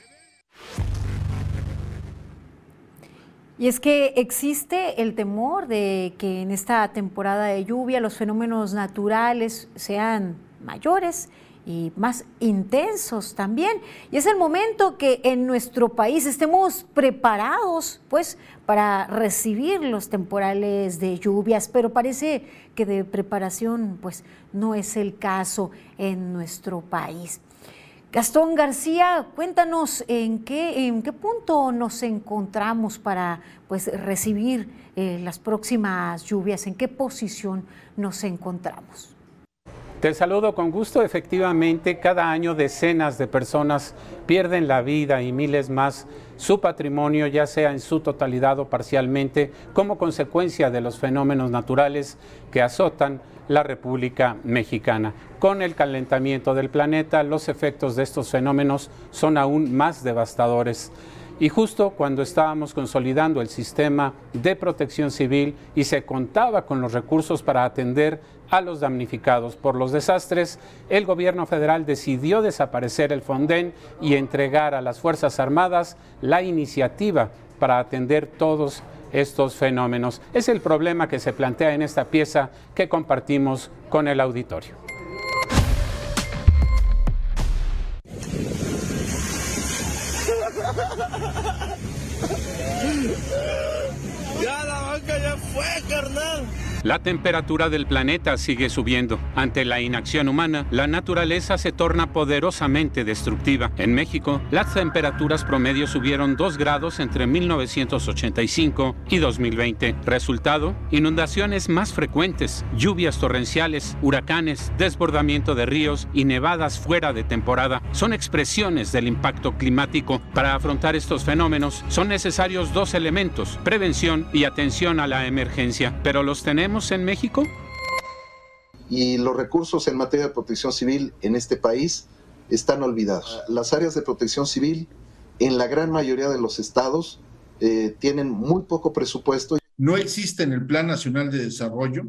Y es que existe el temor de que en esta temporada de lluvia los fenómenos naturales sean mayores y más intensos también. Y es el momento que en nuestro país estemos preparados pues para recibir los temporales de lluvias, pero parece que de preparación pues no es el caso en nuestro país. Gastón García, cuéntanos en qué punto nos encontramos para pues recibir las próximas lluvias, en qué posición nos encontramos. Te saludo con gusto. Efectivamente, cada año decenas de personas pierden la vida y miles más su patrimonio, ya sea en su totalidad o parcialmente, como consecuencia de los fenómenos naturales que azotan la República Mexicana. Con el calentamiento del planeta, los efectos de estos fenómenos son aún más devastadores. Y justo cuando estábamos consolidando el sistema de protección civil y se contaba con los recursos para atender a los damnificados por los desastres, el gobierno federal decidió desaparecer el Fonden y entregar a las Fuerzas Armadas la iniciativa para atender todos estos fenómenos. Es el problema que se plantea en esta pieza que compartimos con el auditorio. Ya la banca ya fue, carnal. La temperatura del planeta sigue subiendo. Ante la inacción humana, la naturaleza se torna poderosamente destructiva. En México, las temperaturas promedio subieron 2 grados entre 1985 y 2020. Resultado, inundaciones más frecuentes, lluvias torrenciales, huracanes, desbordamiento de ríos y nevadas fuera de temporada. Son expresiones del impacto climático. Para afrontar estos fenómenos, son necesarios 2 elementos: prevención y atención a la emergencia. ¿Pero los tenemos en México? Y los recursos en materia de protección civil en este país están olvidados. Las áreas de protección civil en la gran mayoría de los estados tienen muy poco presupuesto. No existe en el Plan Nacional de Desarrollo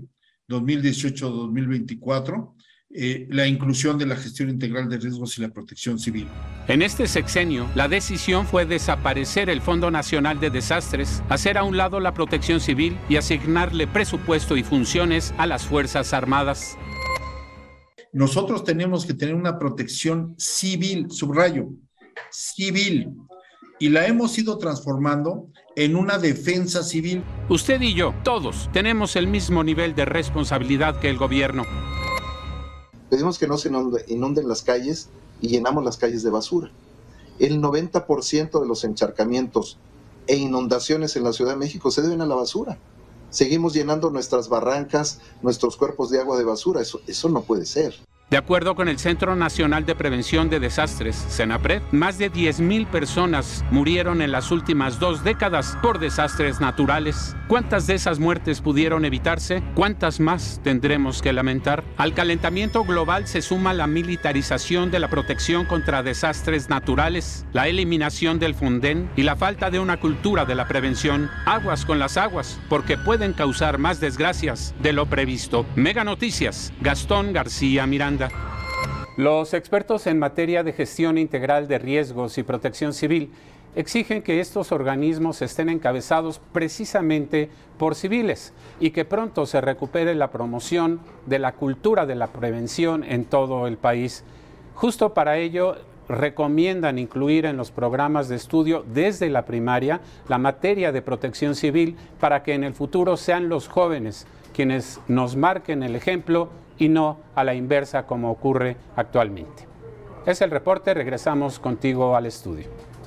2018-2024 la inclusión de la gestión integral de riesgos y la protección civil. En este sexenio, la decisión fue desaparecer el Fondo Nacional de Desastres, hacer a un lado la protección civil y asignarle presupuesto y funciones a las Fuerzas Armadas. Nosotros tenemos que tener una protección civil, subrayo, civil, y la hemos ido transformando en una defensa civil. Usted y yo, todos, tenemos el mismo nivel de responsabilidad que el gobierno. Pedimos que no se inunden las calles y llenamos las calles de basura. El 90% de los encharcamientos e inundaciones en la Ciudad de México se deben a la basura. Seguimos llenando nuestras barrancas, nuestros cuerpos de agua de basura. Eso no puede ser. De acuerdo con el Centro Nacional de Prevención de Desastres, CENAPRED, más de 10,000 personas murieron en las últimas 2 décadas por desastres naturales. ¿Cuántas de esas muertes pudieron evitarse? ¿Cuántas más tendremos que lamentar? Al calentamiento global se suma la militarización de la protección contra desastres naturales, la eliminación del Fonden y la falta de una cultura de la prevención. Aguas con las aguas, porque pueden causar más desgracias de lo previsto. Mega Noticias, Gastón García Miranda. Los expertos en materia de gestión integral de riesgos y protección civil exigen que estos organismos estén encabezados precisamente por civiles y que pronto se recupere la promoción de la cultura de la prevención en todo el país. Justo para ello, recomiendan incluir en los programas de estudio desde la primaria la materia de protección civil para que en el futuro sean los jóvenes quienes nos marquen el ejemplo y no a la inversa como ocurre actualmente. Es el reporte, regresamos contigo al estudio.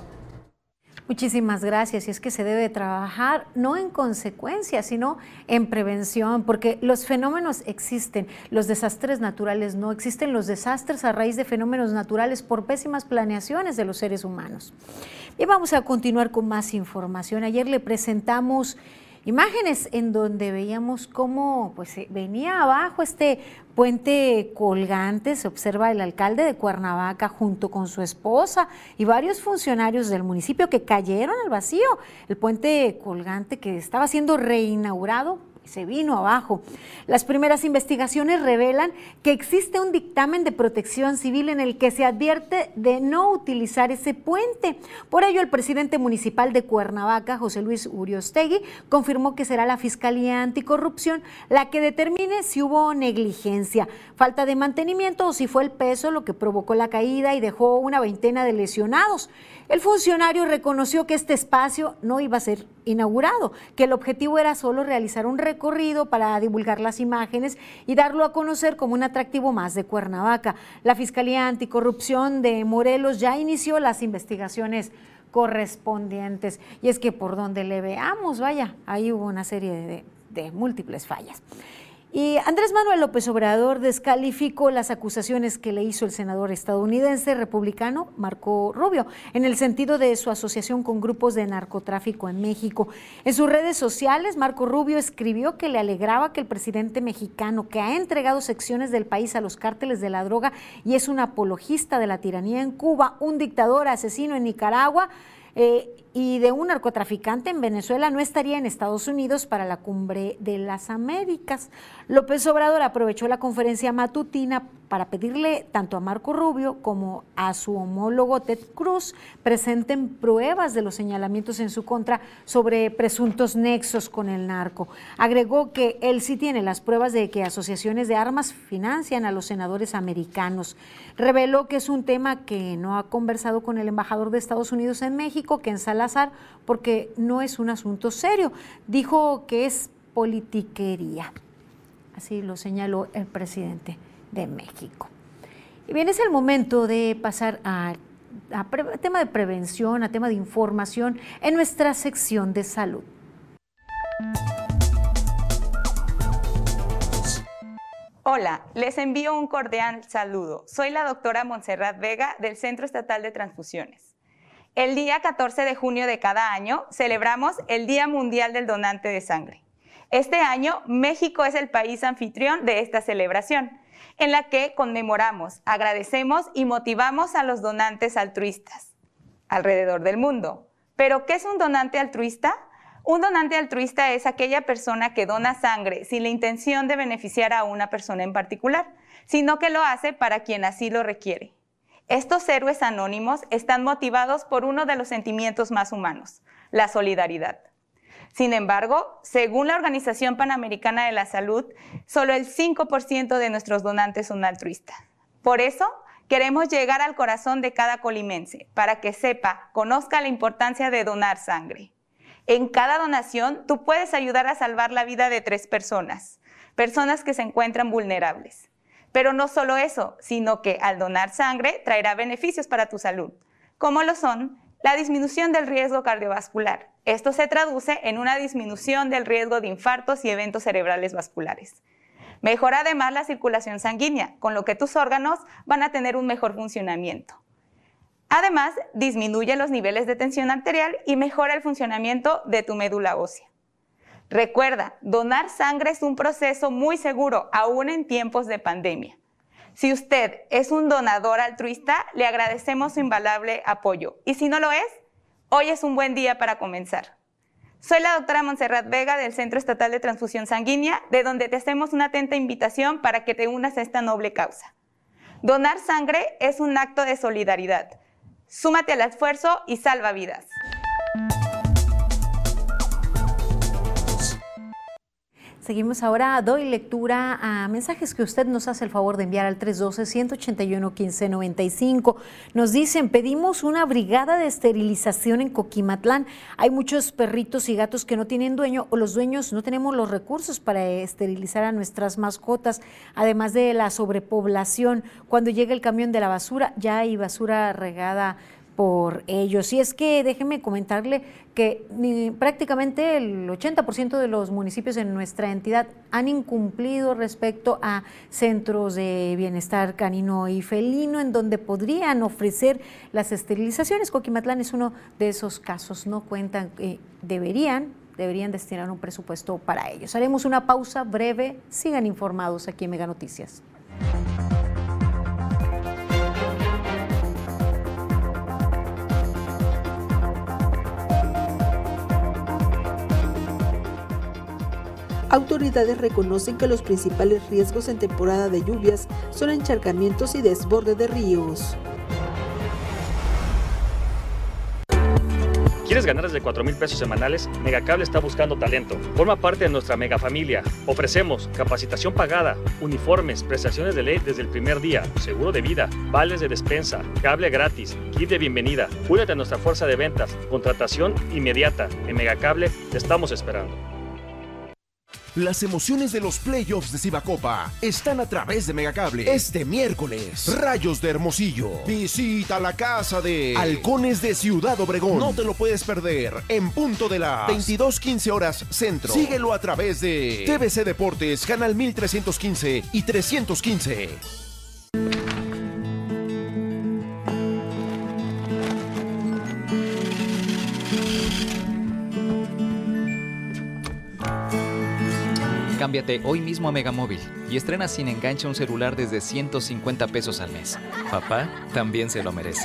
Muchísimas gracias. Y es que se debe trabajar no en consecuencia, sino en prevención, porque los fenómenos existen, los desastres naturales no existen, los desastres a raíz de fenómenos naturales por pésimas planeaciones de los seres humanos. Y vamos a continuar con más información. Ayer le presentamos imágenes en donde veíamos cómo venía abajo este puente colgante. Se observa el alcalde de Cuernavaca junto con su esposa y varios funcionarios del municipio que cayeron al vacío. El puente colgante que estaba siendo reinaugurado se vino abajo. Las primeras investigaciones revelan que existe un dictamen de protección civil en el que se advierte de no utilizar ese puente. Por ello, el presidente municipal de Cuernavaca, José Luis Uriostegui, confirmó que será la Fiscalía Anticorrupción la que determine si hubo negligencia, falta de mantenimiento o si fue el peso lo que provocó la caída y dejó una veintena de lesionados. El funcionario reconoció que este espacio no iba a ser inaugurado, que el objetivo era solo realizar un recorrido para divulgar las imágenes y darlo a conocer como un atractivo más de Cuernavaca. La Fiscalía Anticorrupción de Morelos ya inició las investigaciones correspondientes. Y es que por donde le veamos, vaya, ahí hubo una serie de múltiples fallas. Y Andrés Manuel López Obrador descalificó las acusaciones que le hizo el senador estadounidense republicano Marco Rubio en el sentido de su asociación con grupos de narcotráfico en México. En sus redes sociales, Marco Rubio escribió que le alegraba que el presidente mexicano, que ha entregado secciones del país a los cárteles de la droga y es un apologista de la tiranía en Cuba, un dictador asesino en Nicaragua, y de un narcotraficante en Venezuela, no estaría en Estados Unidos para la Cumbre de las Américas. López Obrador aprovechó la conferencia matutina para pedirle tanto a Marco Rubio como a su homólogo Ted Cruz presenten pruebas de los señalamientos en su contra sobre presuntos nexos con el narco. Agregó que él sí tiene las pruebas de que asociaciones de armas financian a los senadores americanos. Reveló que es un tema que no ha conversado con el embajador de Estados Unidos en México, Ken Salazar, porque no es un asunto serio. Dijo que es politiquería. así lo señaló el presidente de México. Y bien, es el momento de pasar a tema de prevención, a tema de información en nuestra sección de salud. Hola, les envío un cordial saludo. Soy la doctora Montserrat Vega del Centro Estatal de Transfusiones. El día 14 de junio de cada año celebramos el Día Mundial del Donante de Sangre. Este año, México es el país anfitrión de esta celebración, en la que conmemoramos, agradecemos y motivamos a los donantes altruistas alrededor del mundo. ¿Pero qué es un donante altruista? Un donante altruista es aquella persona que dona sangre sin la intención de beneficiar a una persona en particular, sino que lo hace para quien así lo requiere. Estos héroes anónimos están motivados por uno de los sentimientos más humanos, la solidaridad. Sin embargo, según la Organización Panamericana de la Salud, solo el 5% de nuestros donantes son altruistas. Por eso, queremos llegar al corazón de cada colimense, para que sepa, conozca la importancia de donar sangre. En cada donación, tú puedes ayudar a salvar la vida de 3 personas que se encuentran vulnerables. Pero no solo eso, sino que al donar sangre traerá beneficios para tu salud, como lo son la disminución del riesgo cardiovascular. Esto se traduce en una disminución del riesgo de infartos y eventos cerebrales vasculares. Mejora además la circulación sanguínea, con lo que tus órganos van a tener un mejor funcionamiento. Además, disminuye los niveles de tensión arterial y mejora el funcionamiento de tu médula ósea. Recuerda, donar sangre es un proceso muy seguro, aún en tiempos de pandemia. Si usted es un donador altruista, le agradecemos su invaluable apoyo. Y si no lo es, hoy es un buen día para comenzar. Soy la doctora Montserrat Vega del Centro Estatal de Transfusión Sanguínea, de donde te hacemos una atenta invitación para que te unas a esta noble causa. Donar sangre es un acto de solidaridad. Súmate al esfuerzo y salva vidas. Seguimos ahora, doy lectura a mensajes que usted nos hace el favor de enviar al 312-181-1595. Nos dicen, pedimos una brigada de esterilización en Coquimatlán. Hay muchos perritos y gatos que no tienen dueño o los dueños no tenemos los recursos para esterilizar a nuestras mascotas, además de la sobrepoblación. Cuando llega el camión de la basura, ya hay basura regada por ellos. Y es que déjenme comentarle que prácticamente el 80% de los municipios en nuestra entidad han incumplido respecto a centros de bienestar canino y felino en donde podrían ofrecer las esterilizaciones. Coquimatlán es uno de esos casos, no cuentan, deberían destinar un presupuesto para ellos. Haremos una pausa breve, sigan informados aquí en Mega Noticias. Autoridades reconocen que los principales riesgos en temporada de lluvias son encharcamientos y desborde de ríos. ¿Quieres ganar desde 4,000 pesos semanales? Megacable está buscando talento. Forma parte de nuestra mega familia. Ofrecemos capacitación pagada, uniformes, prestaciones de ley desde el primer día, seguro de vida, vales de despensa, cable gratis, kit de bienvenida. Únete a nuestra fuerza de ventas, contratación inmediata. En Megacable te estamos esperando. Las emociones de los playoffs de Cibacopa están a través de Megacable. Este miércoles, Rayos de Hermosillo visita la casa de Halcones de Ciudad Obregón. No te lo puedes perder en punto de las 22:15 horas centro. Síguelo a través de TVC Deportes, canal 1315 y 315. Cámbiate hoy mismo a Megamóvil y estrena sin enganche un celular desde 150 pesos al mes. Papá también se lo merece.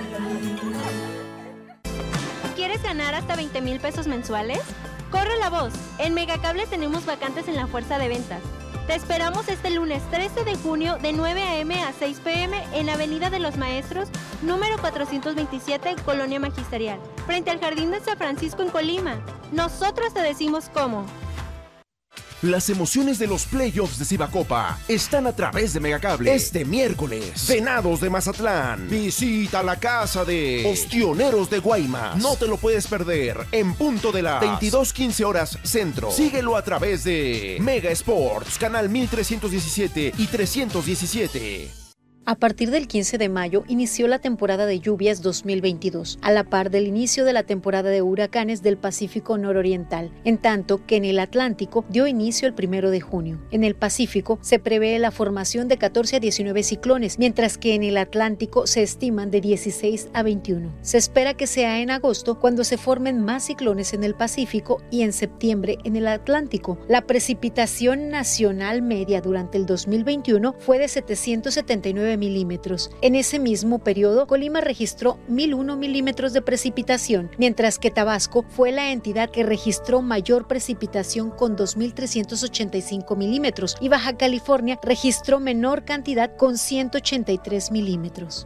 ¿Quieres ganar hasta 20,000 pesos mensuales? ¡Corre la voz! En Megacable tenemos vacantes en la fuerza de ventas. Te esperamos este lunes 13 de junio de 9 a.m. a 6 p.m. en Avenida de los Maestros, número 427, Colonia Magisterial, frente al Jardín de San Francisco en Colima. Nosotros te decimos cómo. Las emociones de los playoffs de Cibacopa están a través de Megacable. Este miércoles, Venados de Mazatlán visita la casa de Ostioneros de Guaymas. No te lo puedes perder en punto de las 22:15 horas centro. Síguelo a través de Mega Sports, canal 1317 y 317. A partir del 15 de mayo inició la temporada de lluvias 2022, a la par del inicio de la temporada de huracanes del Pacífico nororiental, en tanto que en el Atlántico dio inicio el 1 de junio. En el Pacífico se prevé la formación de 14 a 19 ciclones, mientras que en el Atlántico se estiman de 16 a 21. Se espera que sea en agosto cuando se formen más ciclones en el Pacífico y en septiembre en el Atlántico. La precipitación nacional media durante el 2021 fue de 779 milímetros. En ese mismo periodo, Colima registró 1001 milímetros de precipitación, mientras que Tabasco fue la entidad que registró mayor precipitación con 2385 milímetros y Baja California registró menor cantidad con 183 milímetros.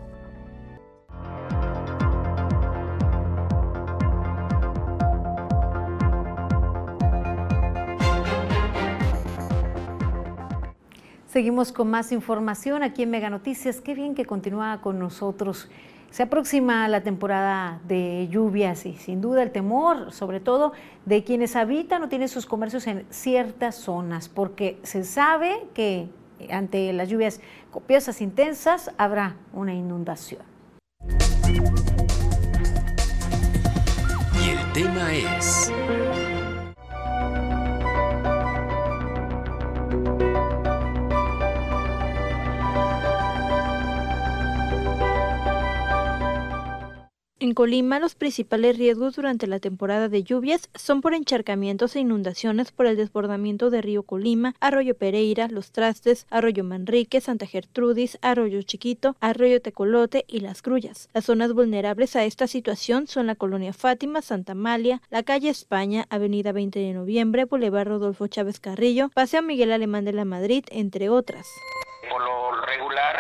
Seguimos con más información aquí en Mega Noticias. Qué bien que continúa con nosotros. Se aproxima la temporada de lluvias y sin duda el temor, sobre todo de quienes habitan o tienen sus comercios en ciertas zonas, porque se sabe que ante las lluvias copiosas intensas habrá una inundación. Y el tema es... En Colima, los principales riesgos durante la temporada de lluvias son por encharcamientos e inundaciones por el desbordamiento de Río Colima, Arroyo Pereira, Los Trastes, Arroyo Manrique, Santa Gertrudis, Arroyo Chiquito, Arroyo Tecolote y Las Grullas. Las zonas vulnerables a esta situación son la Colonia Fátima, Santa Amalia, la Calle España, Avenida 20 de Noviembre, Boulevard Rodolfo Chávez Carrillo, Paseo Miguel Alemán de la Madrid, entre otras. Por lo regular,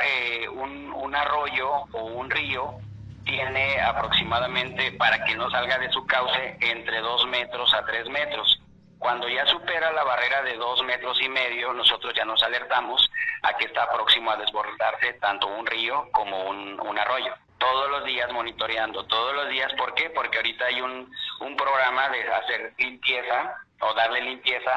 un arroyo o un río tiene aproximadamente, para que no salga de su cauce, entre 2 metros a 3 metros. Cuando ya supera la barrera de 2,5 metros, nosotros ya nos alertamos a que está próximo a desbordarse tanto un río como un arroyo. Todos los días monitoreando, todos los días. ¿Por qué? Porque ahorita hay un programa de hacer limpieza o darle limpieza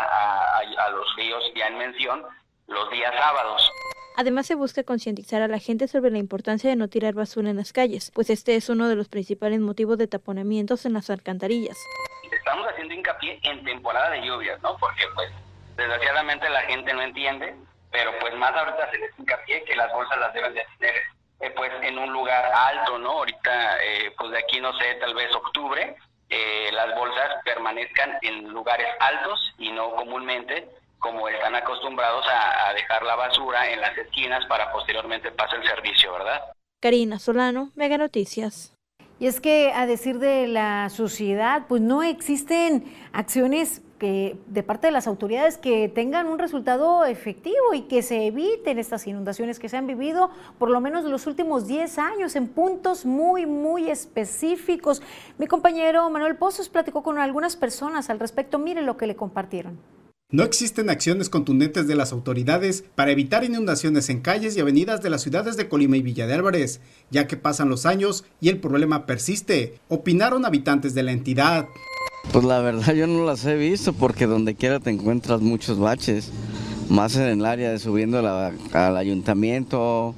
a los ríos ya en mención los días sábados. Además, se busca concientizar a la gente sobre la importancia de no tirar basura en las calles, pues este es uno de los principales motivos de taponamientos en las alcantarillas. Estamos haciendo hincapié en temporada de lluvias, ¿no? Porque, pues, desgraciadamente la gente no entiende, pero pues más ahorita se les hincapié que las bolsas las deben de tener, pues, en un lugar alto, ¿no? Ahorita, pues, de aquí, no sé, tal vez octubre, las bolsas permanezcan en lugares altos y no comúnmente como están acostumbrados a dejar la basura en las esquinas para posteriormente pasar el servicio, ¿verdad? Karina Solano, Mega Noticias. Y es que a decir de la sociedad, pues no existen acciones de parte de las autoridades que tengan un resultado efectivo y que se eviten estas inundaciones que se han vivido por lo menos los últimos 10 años en puntos muy, muy específicos. Mi compañero Manuel Pozos platicó con algunas personas al respecto. Mire lo que le compartieron. No existen acciones contundentes de las autoridades para evitar inundaciones en calles y avenidas de las ciudades de Colima y Villa de Álvarez, ya que pasan los años y el problema persiste, opinaron habitantes de la entidad. Pues la verdad yo no las he visto porque donde quiera te encuentras muchos baches, más en el área de subiendo al ayuntamiento,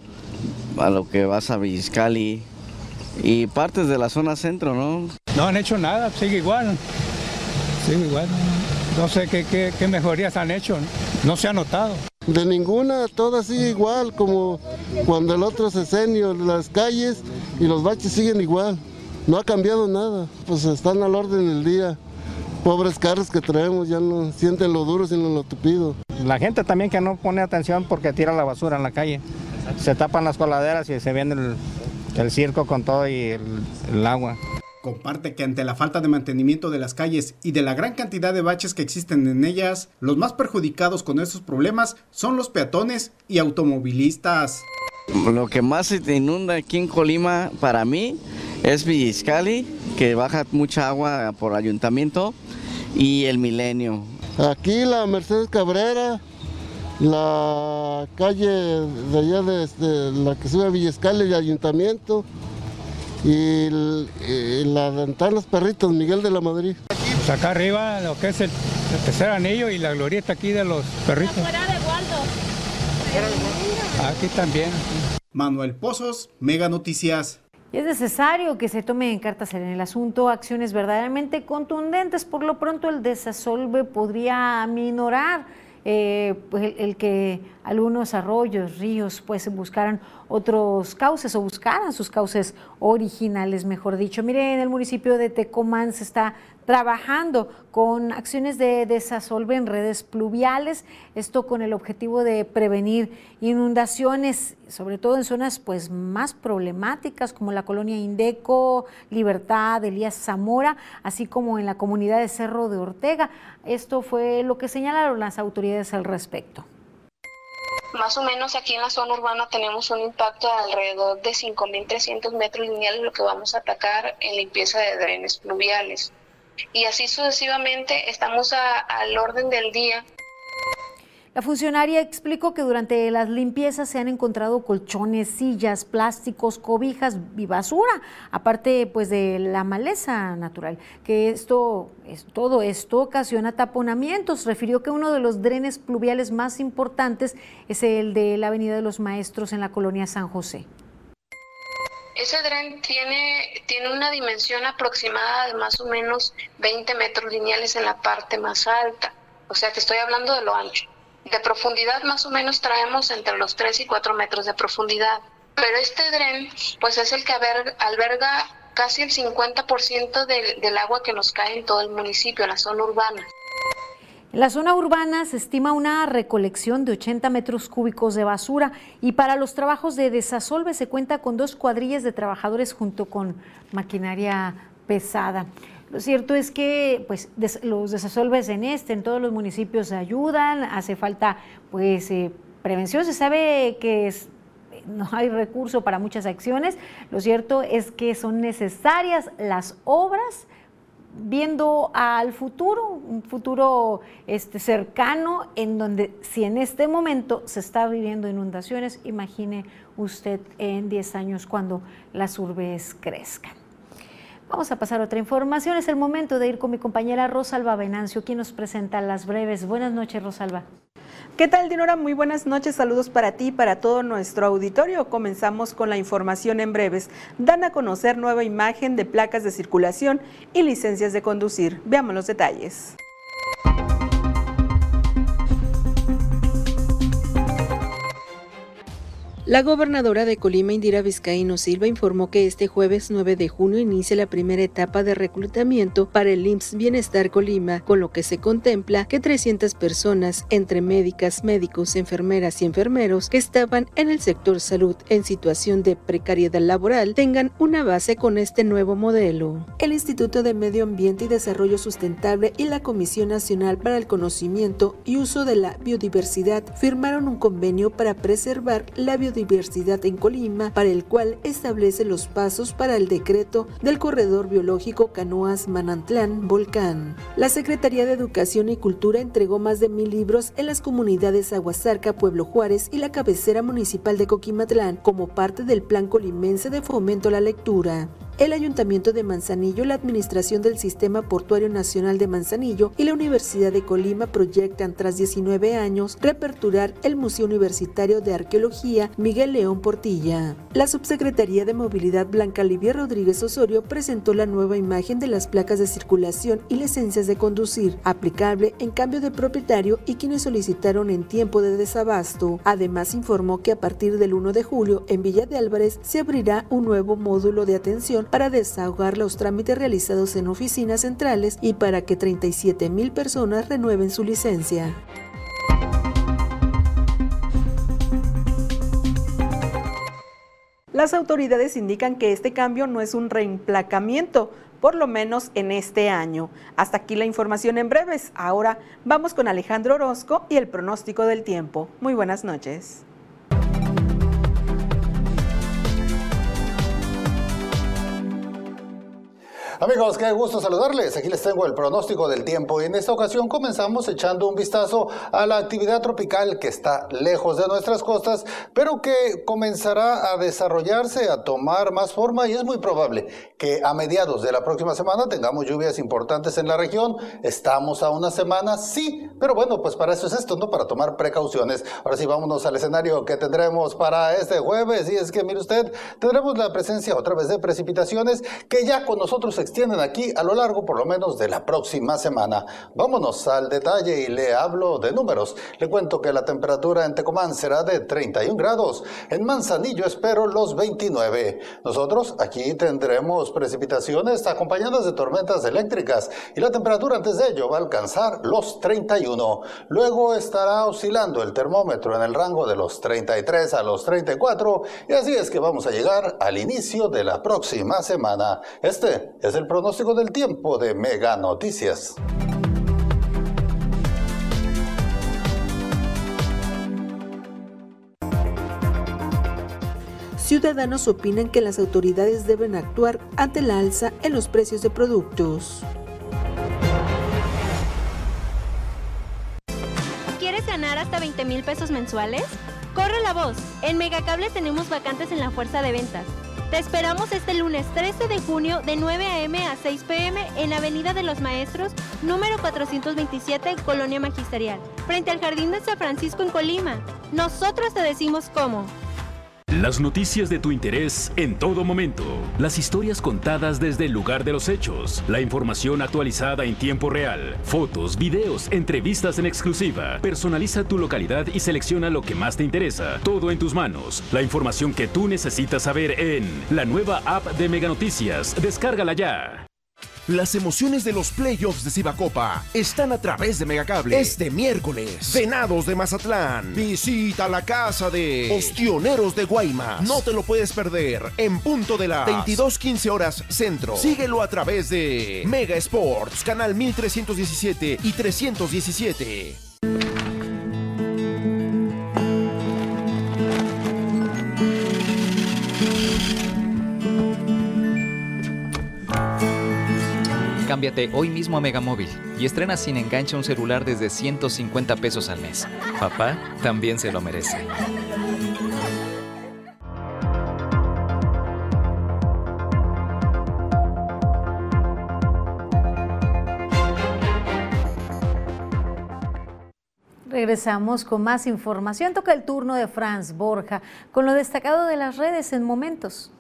a lo que vas a Villiscali y partes de la zona centro, ¿no? No han hecho nada, sigue igual. No sé qué mejorías han hecho, no se ha notado. De ninguna, todas sigue igual, como cuando el otro sexenio, las calles y los baches siguen igual. No ha cambiado nada, pues están al orden del día. Pobres carros que traemos, ya no sienten lo duro sino lo tupido. La gente también que no pone atención porque tira la basura en la calle. Se tapan las coladeras y se viene el circo con todo y el agua. Comparte que ante la falta de mantenimiento de las calles y de la gran cantidad de baches que existen en ellas, los más perjudicados con estos problemas son los peatones y automovilistas. Lo que más se inunda aquí en Colima para mí es Villiscali, que baja mucha agua por ayuntamiento, y el Milenio. Aquí la Mercedes Cabrera, la calle de allá de la que sube a Villescala y Ayuntamiento, y la de Los Perritos, Miguel de la Madrid. Pues acá arriba lo que es el tercer anillo y la glorieta aquí de Los Perritos. Afuera de Waldo. Aquí también. Manuel Pozos, Mega Noticias. Y es necesario que se tomen cartas en el asunto, acciones verdaderamente contundentes. Por lo pronto el desasolve podría aminorar pues el que algunos arroyos, ríos, pues buscaran otros cauces o buscaran sus cauces originales, mejor dicho. Mire, en el municipio de Tecomán se está trabajando con acciones de desasolve en redes pluviales, esto con el objetivo de prevenir inundaciones, sobre todo en zonas pues más problemáticas como la colonia Indeco, Libertad, Elías Zamora, así como en la comunidad de Cerro de Ortega. Esto fue lo que señalaron las autoridades al respecto. Más o menos aquí en la zona urbana tenemos un impacto de alrededor de 5.300 metros lineales, lo que vamos a atacar en limpieza de drenes pluviales. Y así sucesivamente estamos al orden del día. La funcionaria explicó que durante las limpiezas se han encontrado colchones, sillas, plásticos, cobijas y aparte pues de la maleza natural, que todo esto ocasiona taponamientos. Refirió que uno de los drenes pluviales más importantes es el de la Avenida de los Maestros en la colonia San José. Ese dren tiene una dimensión aproximada de más o menos 20 metros lineales en la parte más alta, o sea que estoy hablando de lo ancho. De profundidad más o menos traemos entre los 3 y 4 metros de profundidad, pero este dren pues es el que alberga casi el 50% del agua que nos cae en todo el municipio, en la zona urbana. En la zona urbana se estima una recolección de 80 metros cúbicos de basura y para los trabajos de desasolve se cuenta con 2 cuadrillas de trabajadores junto con maquinaria pesada. Lo cierto es que pues, los desasolves en todos los municipios ayudan, hace falta pues prevención, se sabe que no hay recurso para muchas acciones, lo cierto es que son necesarias las obras viendo al futuro, un futuro cercano en donde si en este momento se está viviendo inundaciones, imagine usted en 10 años cuando las urbes crezcan. Vamos a pasar a otra información, es el momento de ir con mi compañera Rosalba Venancio, quien nos presenta las breves. Buenas noches, Rosalba. ¿Qué tal, Dinora? Muy buenas noches, saludos para ti y para todo nuestro auditorio. Comenzamos con la información en breves. Dan a conocer nueva imagen de placas de circulación y licencias de conducir. Veamos los detalles. La gobernadora de Colima, Indira Vizcaíno Silva, informó que este jueves 9 de junio inicia la primera etapa de reclutamiento para el IMSS Bienestar Colima, con lo que se contempla que 300 personas, entre médicas, médicos, enfermeras y enfermeros que estaban en el sector salud en situación de precariedad laboral, tengan una base con este nuevo modelo. El Instituto de Medio Ambiente y Desarrollo Sustentable y la Comisión Nacional para el Conocimiento y Uso de la Biodiversidad firmaron un convenio para preservar la biodiversidad en Colima, para el cual establece los pasos para el decreto del corredor biológico Canoas-Manantlán-Volcán. La Secretaría de Educación y Cultura entregó más de 1,000 libros en las comunidades Aguasarca, Pueblo Juárez y la cabecera municipal de Coquimatlán como parte del Plan Colimense de Fomento a la Lectura. El Ayuntamiento de Manzanillo, la Administración del Sistema Portuario Nacional de Manzanillo y la Universidad de Colima proyectan, tras 19 años, reaperturar el Museo Universitario de Arqueología Miguel León Portilla. La Subsecretaría de Movilidad Blanca Livia Rodríguez Osorio presentó la nueva imagen de las placas de circulación y licencias de conducir, aplicable en cambio de propietario y quienes solicitaron en tiempo de desabasto. Además, informó que a partir del 1 de julio, en Villa de Álvarez, se abrirá un nuevo módulo de atención para desahogar los trámites realizados en oficinas centrales y para que 37,000 personas renueven su licencia. Las autoridades indican que este cambio no es un reemplacamiento, por lo menos en este año. Hasta aquí la información en breves. Ahora vamos con Alejandro Orozco y el pronóstico del tiempo. Muy buenas noches. Amigos, qué gusto saludarles. Aquí les tengo el pronóstico del tiempo y en esta ocasión comenzamos echando un vistazo a la actividad tropical que está lejos de nuestras costas, pero que comenzará a desarrollarse, a tomar más forma y es muy probable que a mediados de la próxima semana tengamos lluvias importantes en la región. Estamos a una semana, sí, pero bueno, pues para eso es esto, ¿no? Para tomar precauciones. Ahora sí, vámonos al escenario que tendremos para este jueves y es que, mire usted, tendremos la presencia otra vez de precipitaciones que ya con nosotros se extienden aquí a lo largo por lo menos de la próxima semana. Vámonos al detalle y le hablo de números. Le cuento que la temperatura en Tecomán será de 31 grados. En Manzanillo espero los 29. Nosotros aquí tendremos precipitaciones acompañadas de tormentas eléctricas y la temperatura antes de ello va a alcanzar los 31. Luego estará oscilando el termómetro en el rango de los 33 a los 34 y así es que vamos a llegar al inicio de la próxima semana. Este es el pronóstico del tiempo de Mega Noticias. Ciudadanos opinan que las autoridades deben actuar ante la alza en los precios de productos. ¿Quieres ganar hasta 20,000 pesos mensuales? ¡Corre la voz! En Megacable tenemos vacantes en la fuerza de ventas. Te esperamos este lunes 13 de junio de 9 a.m. a 6 p.m. en Avenida de los Maestros, número 427, Colonia Magisterial, frente al Jardín de San Francisco en Colima. Nosotros te decimos cómo. Las noticias de tu interés en todo momento. Las historias contadas desde el lugar de los hechos. La información actualizada en tiempo real. Fotos, videos, entrevistas en exclusiva. Personaliza tu localidad y selecciona lo que más te interesa. Todo en tus manos. La información que tú necesitas saber en la nueva app de Mega Noticias. Descárgala ya. Las emociones de los playoffs de Cibacopa están a través de Megacable. Este miércoles, Venados de Mazatlán visita la casa de Ostioneros de Guaymas. No te lo puedes perder en punto de las 22:15 horas centro. Síguelo a través de Mega Sports, canal 1317 y 317. Cámbiate hoy mismo a Megamóvil y estrena sin enganche un celular desde 150 pesos al mes. Papá también se lo merece. Regresamos con más información. Toca el turno de Franz Borja con lo destacado de las redes en momentos.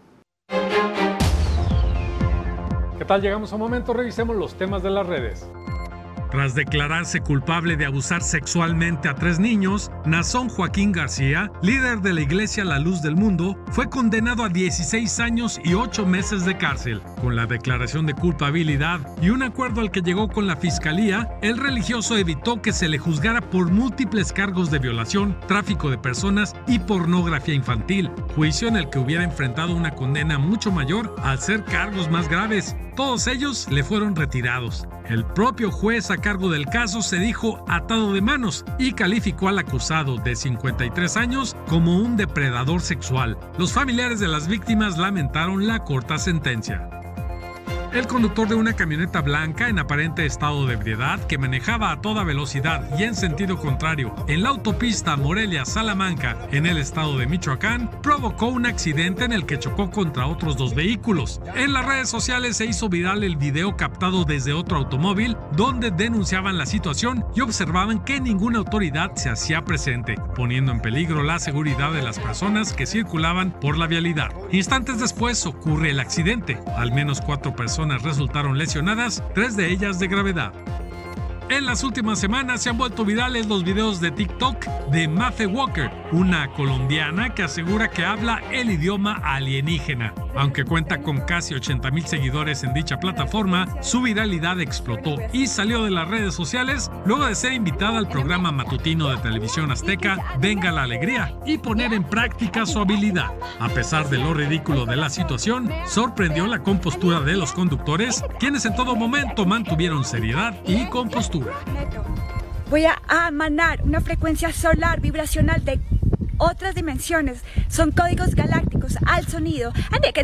¿Qué tal? Llegamos a un momento, revisemos los temas de las redes. Tras declararse culpable de abusar sexualmente a 3 niños, Nazón Joaquín García, líder de la Iglesia La Luz del Mundo, fue condenado a 16 años y 8 meses de cárcel. Con la declaración de culpabilidad y un acuerdo al que llegó con la Fiscalía, el religioso evitó que se le juzgara por múltiples cargos de violación, tráfico de personas y pornografía infantil, juicio en el que hubiera enfrentado una condena mucho mayor al ser cargos más graves. Todos ellos le fueron retirados. El propio juez a cargo del caso se dijo atado de manos y calificó al acusado de 53 años como un depredador sexual. Los familiares de las víctimas lamentaron la corta sentencia. El conductor de una camioneta blanca en aparente estado de ebriedad que manejaba a toda velocidad y en sentido contrario en la autopista Morelia-Salamanca en el estado de Michoacán provocó un accidente en el que chocó contra otros 2 vehículos. En las redes sociales se hizo viral el video captado desde otro automóvil donde denunciaban la situación y observaban que ninguna autoridad se hacía presente, poniendo en peligro la seguridad de las personas que circulaban por la vialidad. Instantes después ocurre el accidente. Al menos 4 personas resultaron lesionadas, 3 de ellas de gravedad. En las últimas semanas se han vuelto virales los videos de TikTok de Mafe Walker, una colombiana que asegura que habla el idioma alienígena. Aunque cuenta con casi 80,000 seguidores en dicha plataforma, su viralidad explotó y salió de las redes sociales luego de ser invitada al programa matutino de televisión azteca Venga la Alegría y poner en práctica su habilidad. A pesar de lo ridículo de la situación, sorprendió la compostura de los conductores, quienes en todo momento mantuvieron seriedad y compostura. Voy a emanar una frecuencia solar vibracional de otras dimensiones, son códigos galácticos al sonido.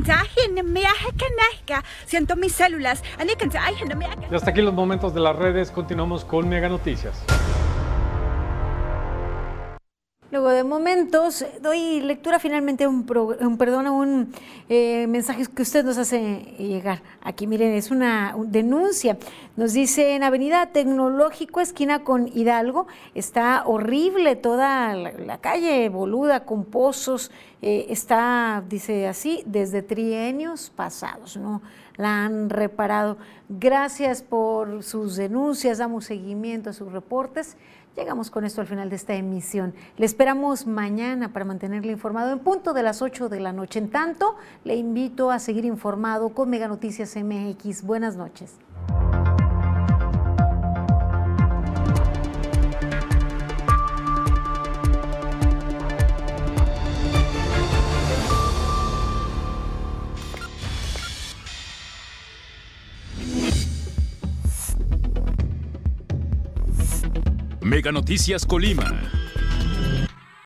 Siento mis células. Y hasta aquí los momentos de las redes, continuamos con Mega Noticias. Luego de momentos, doy lectura finalmente a un mensaje que usted nos hace llegar. Aquí, miren, es una denuncia. Nos dice, en Avenida Tecnológico, esquina con Hidalgo, está horrible toda la calle boluda, con pozos. Está, dice así, desde trienios pasados, ¿no? La han reparado. Gracias por sus denuncias, damos seguimiento a sus reportes. Llegamos con esto al final de esta emisión. Le esperamos mañana para mantenerle informado en punto de las 8 de la noche. En tanto, le invito a seguir informado con Mega Noticias MX. Buenas noches. Mega Noticias Colima.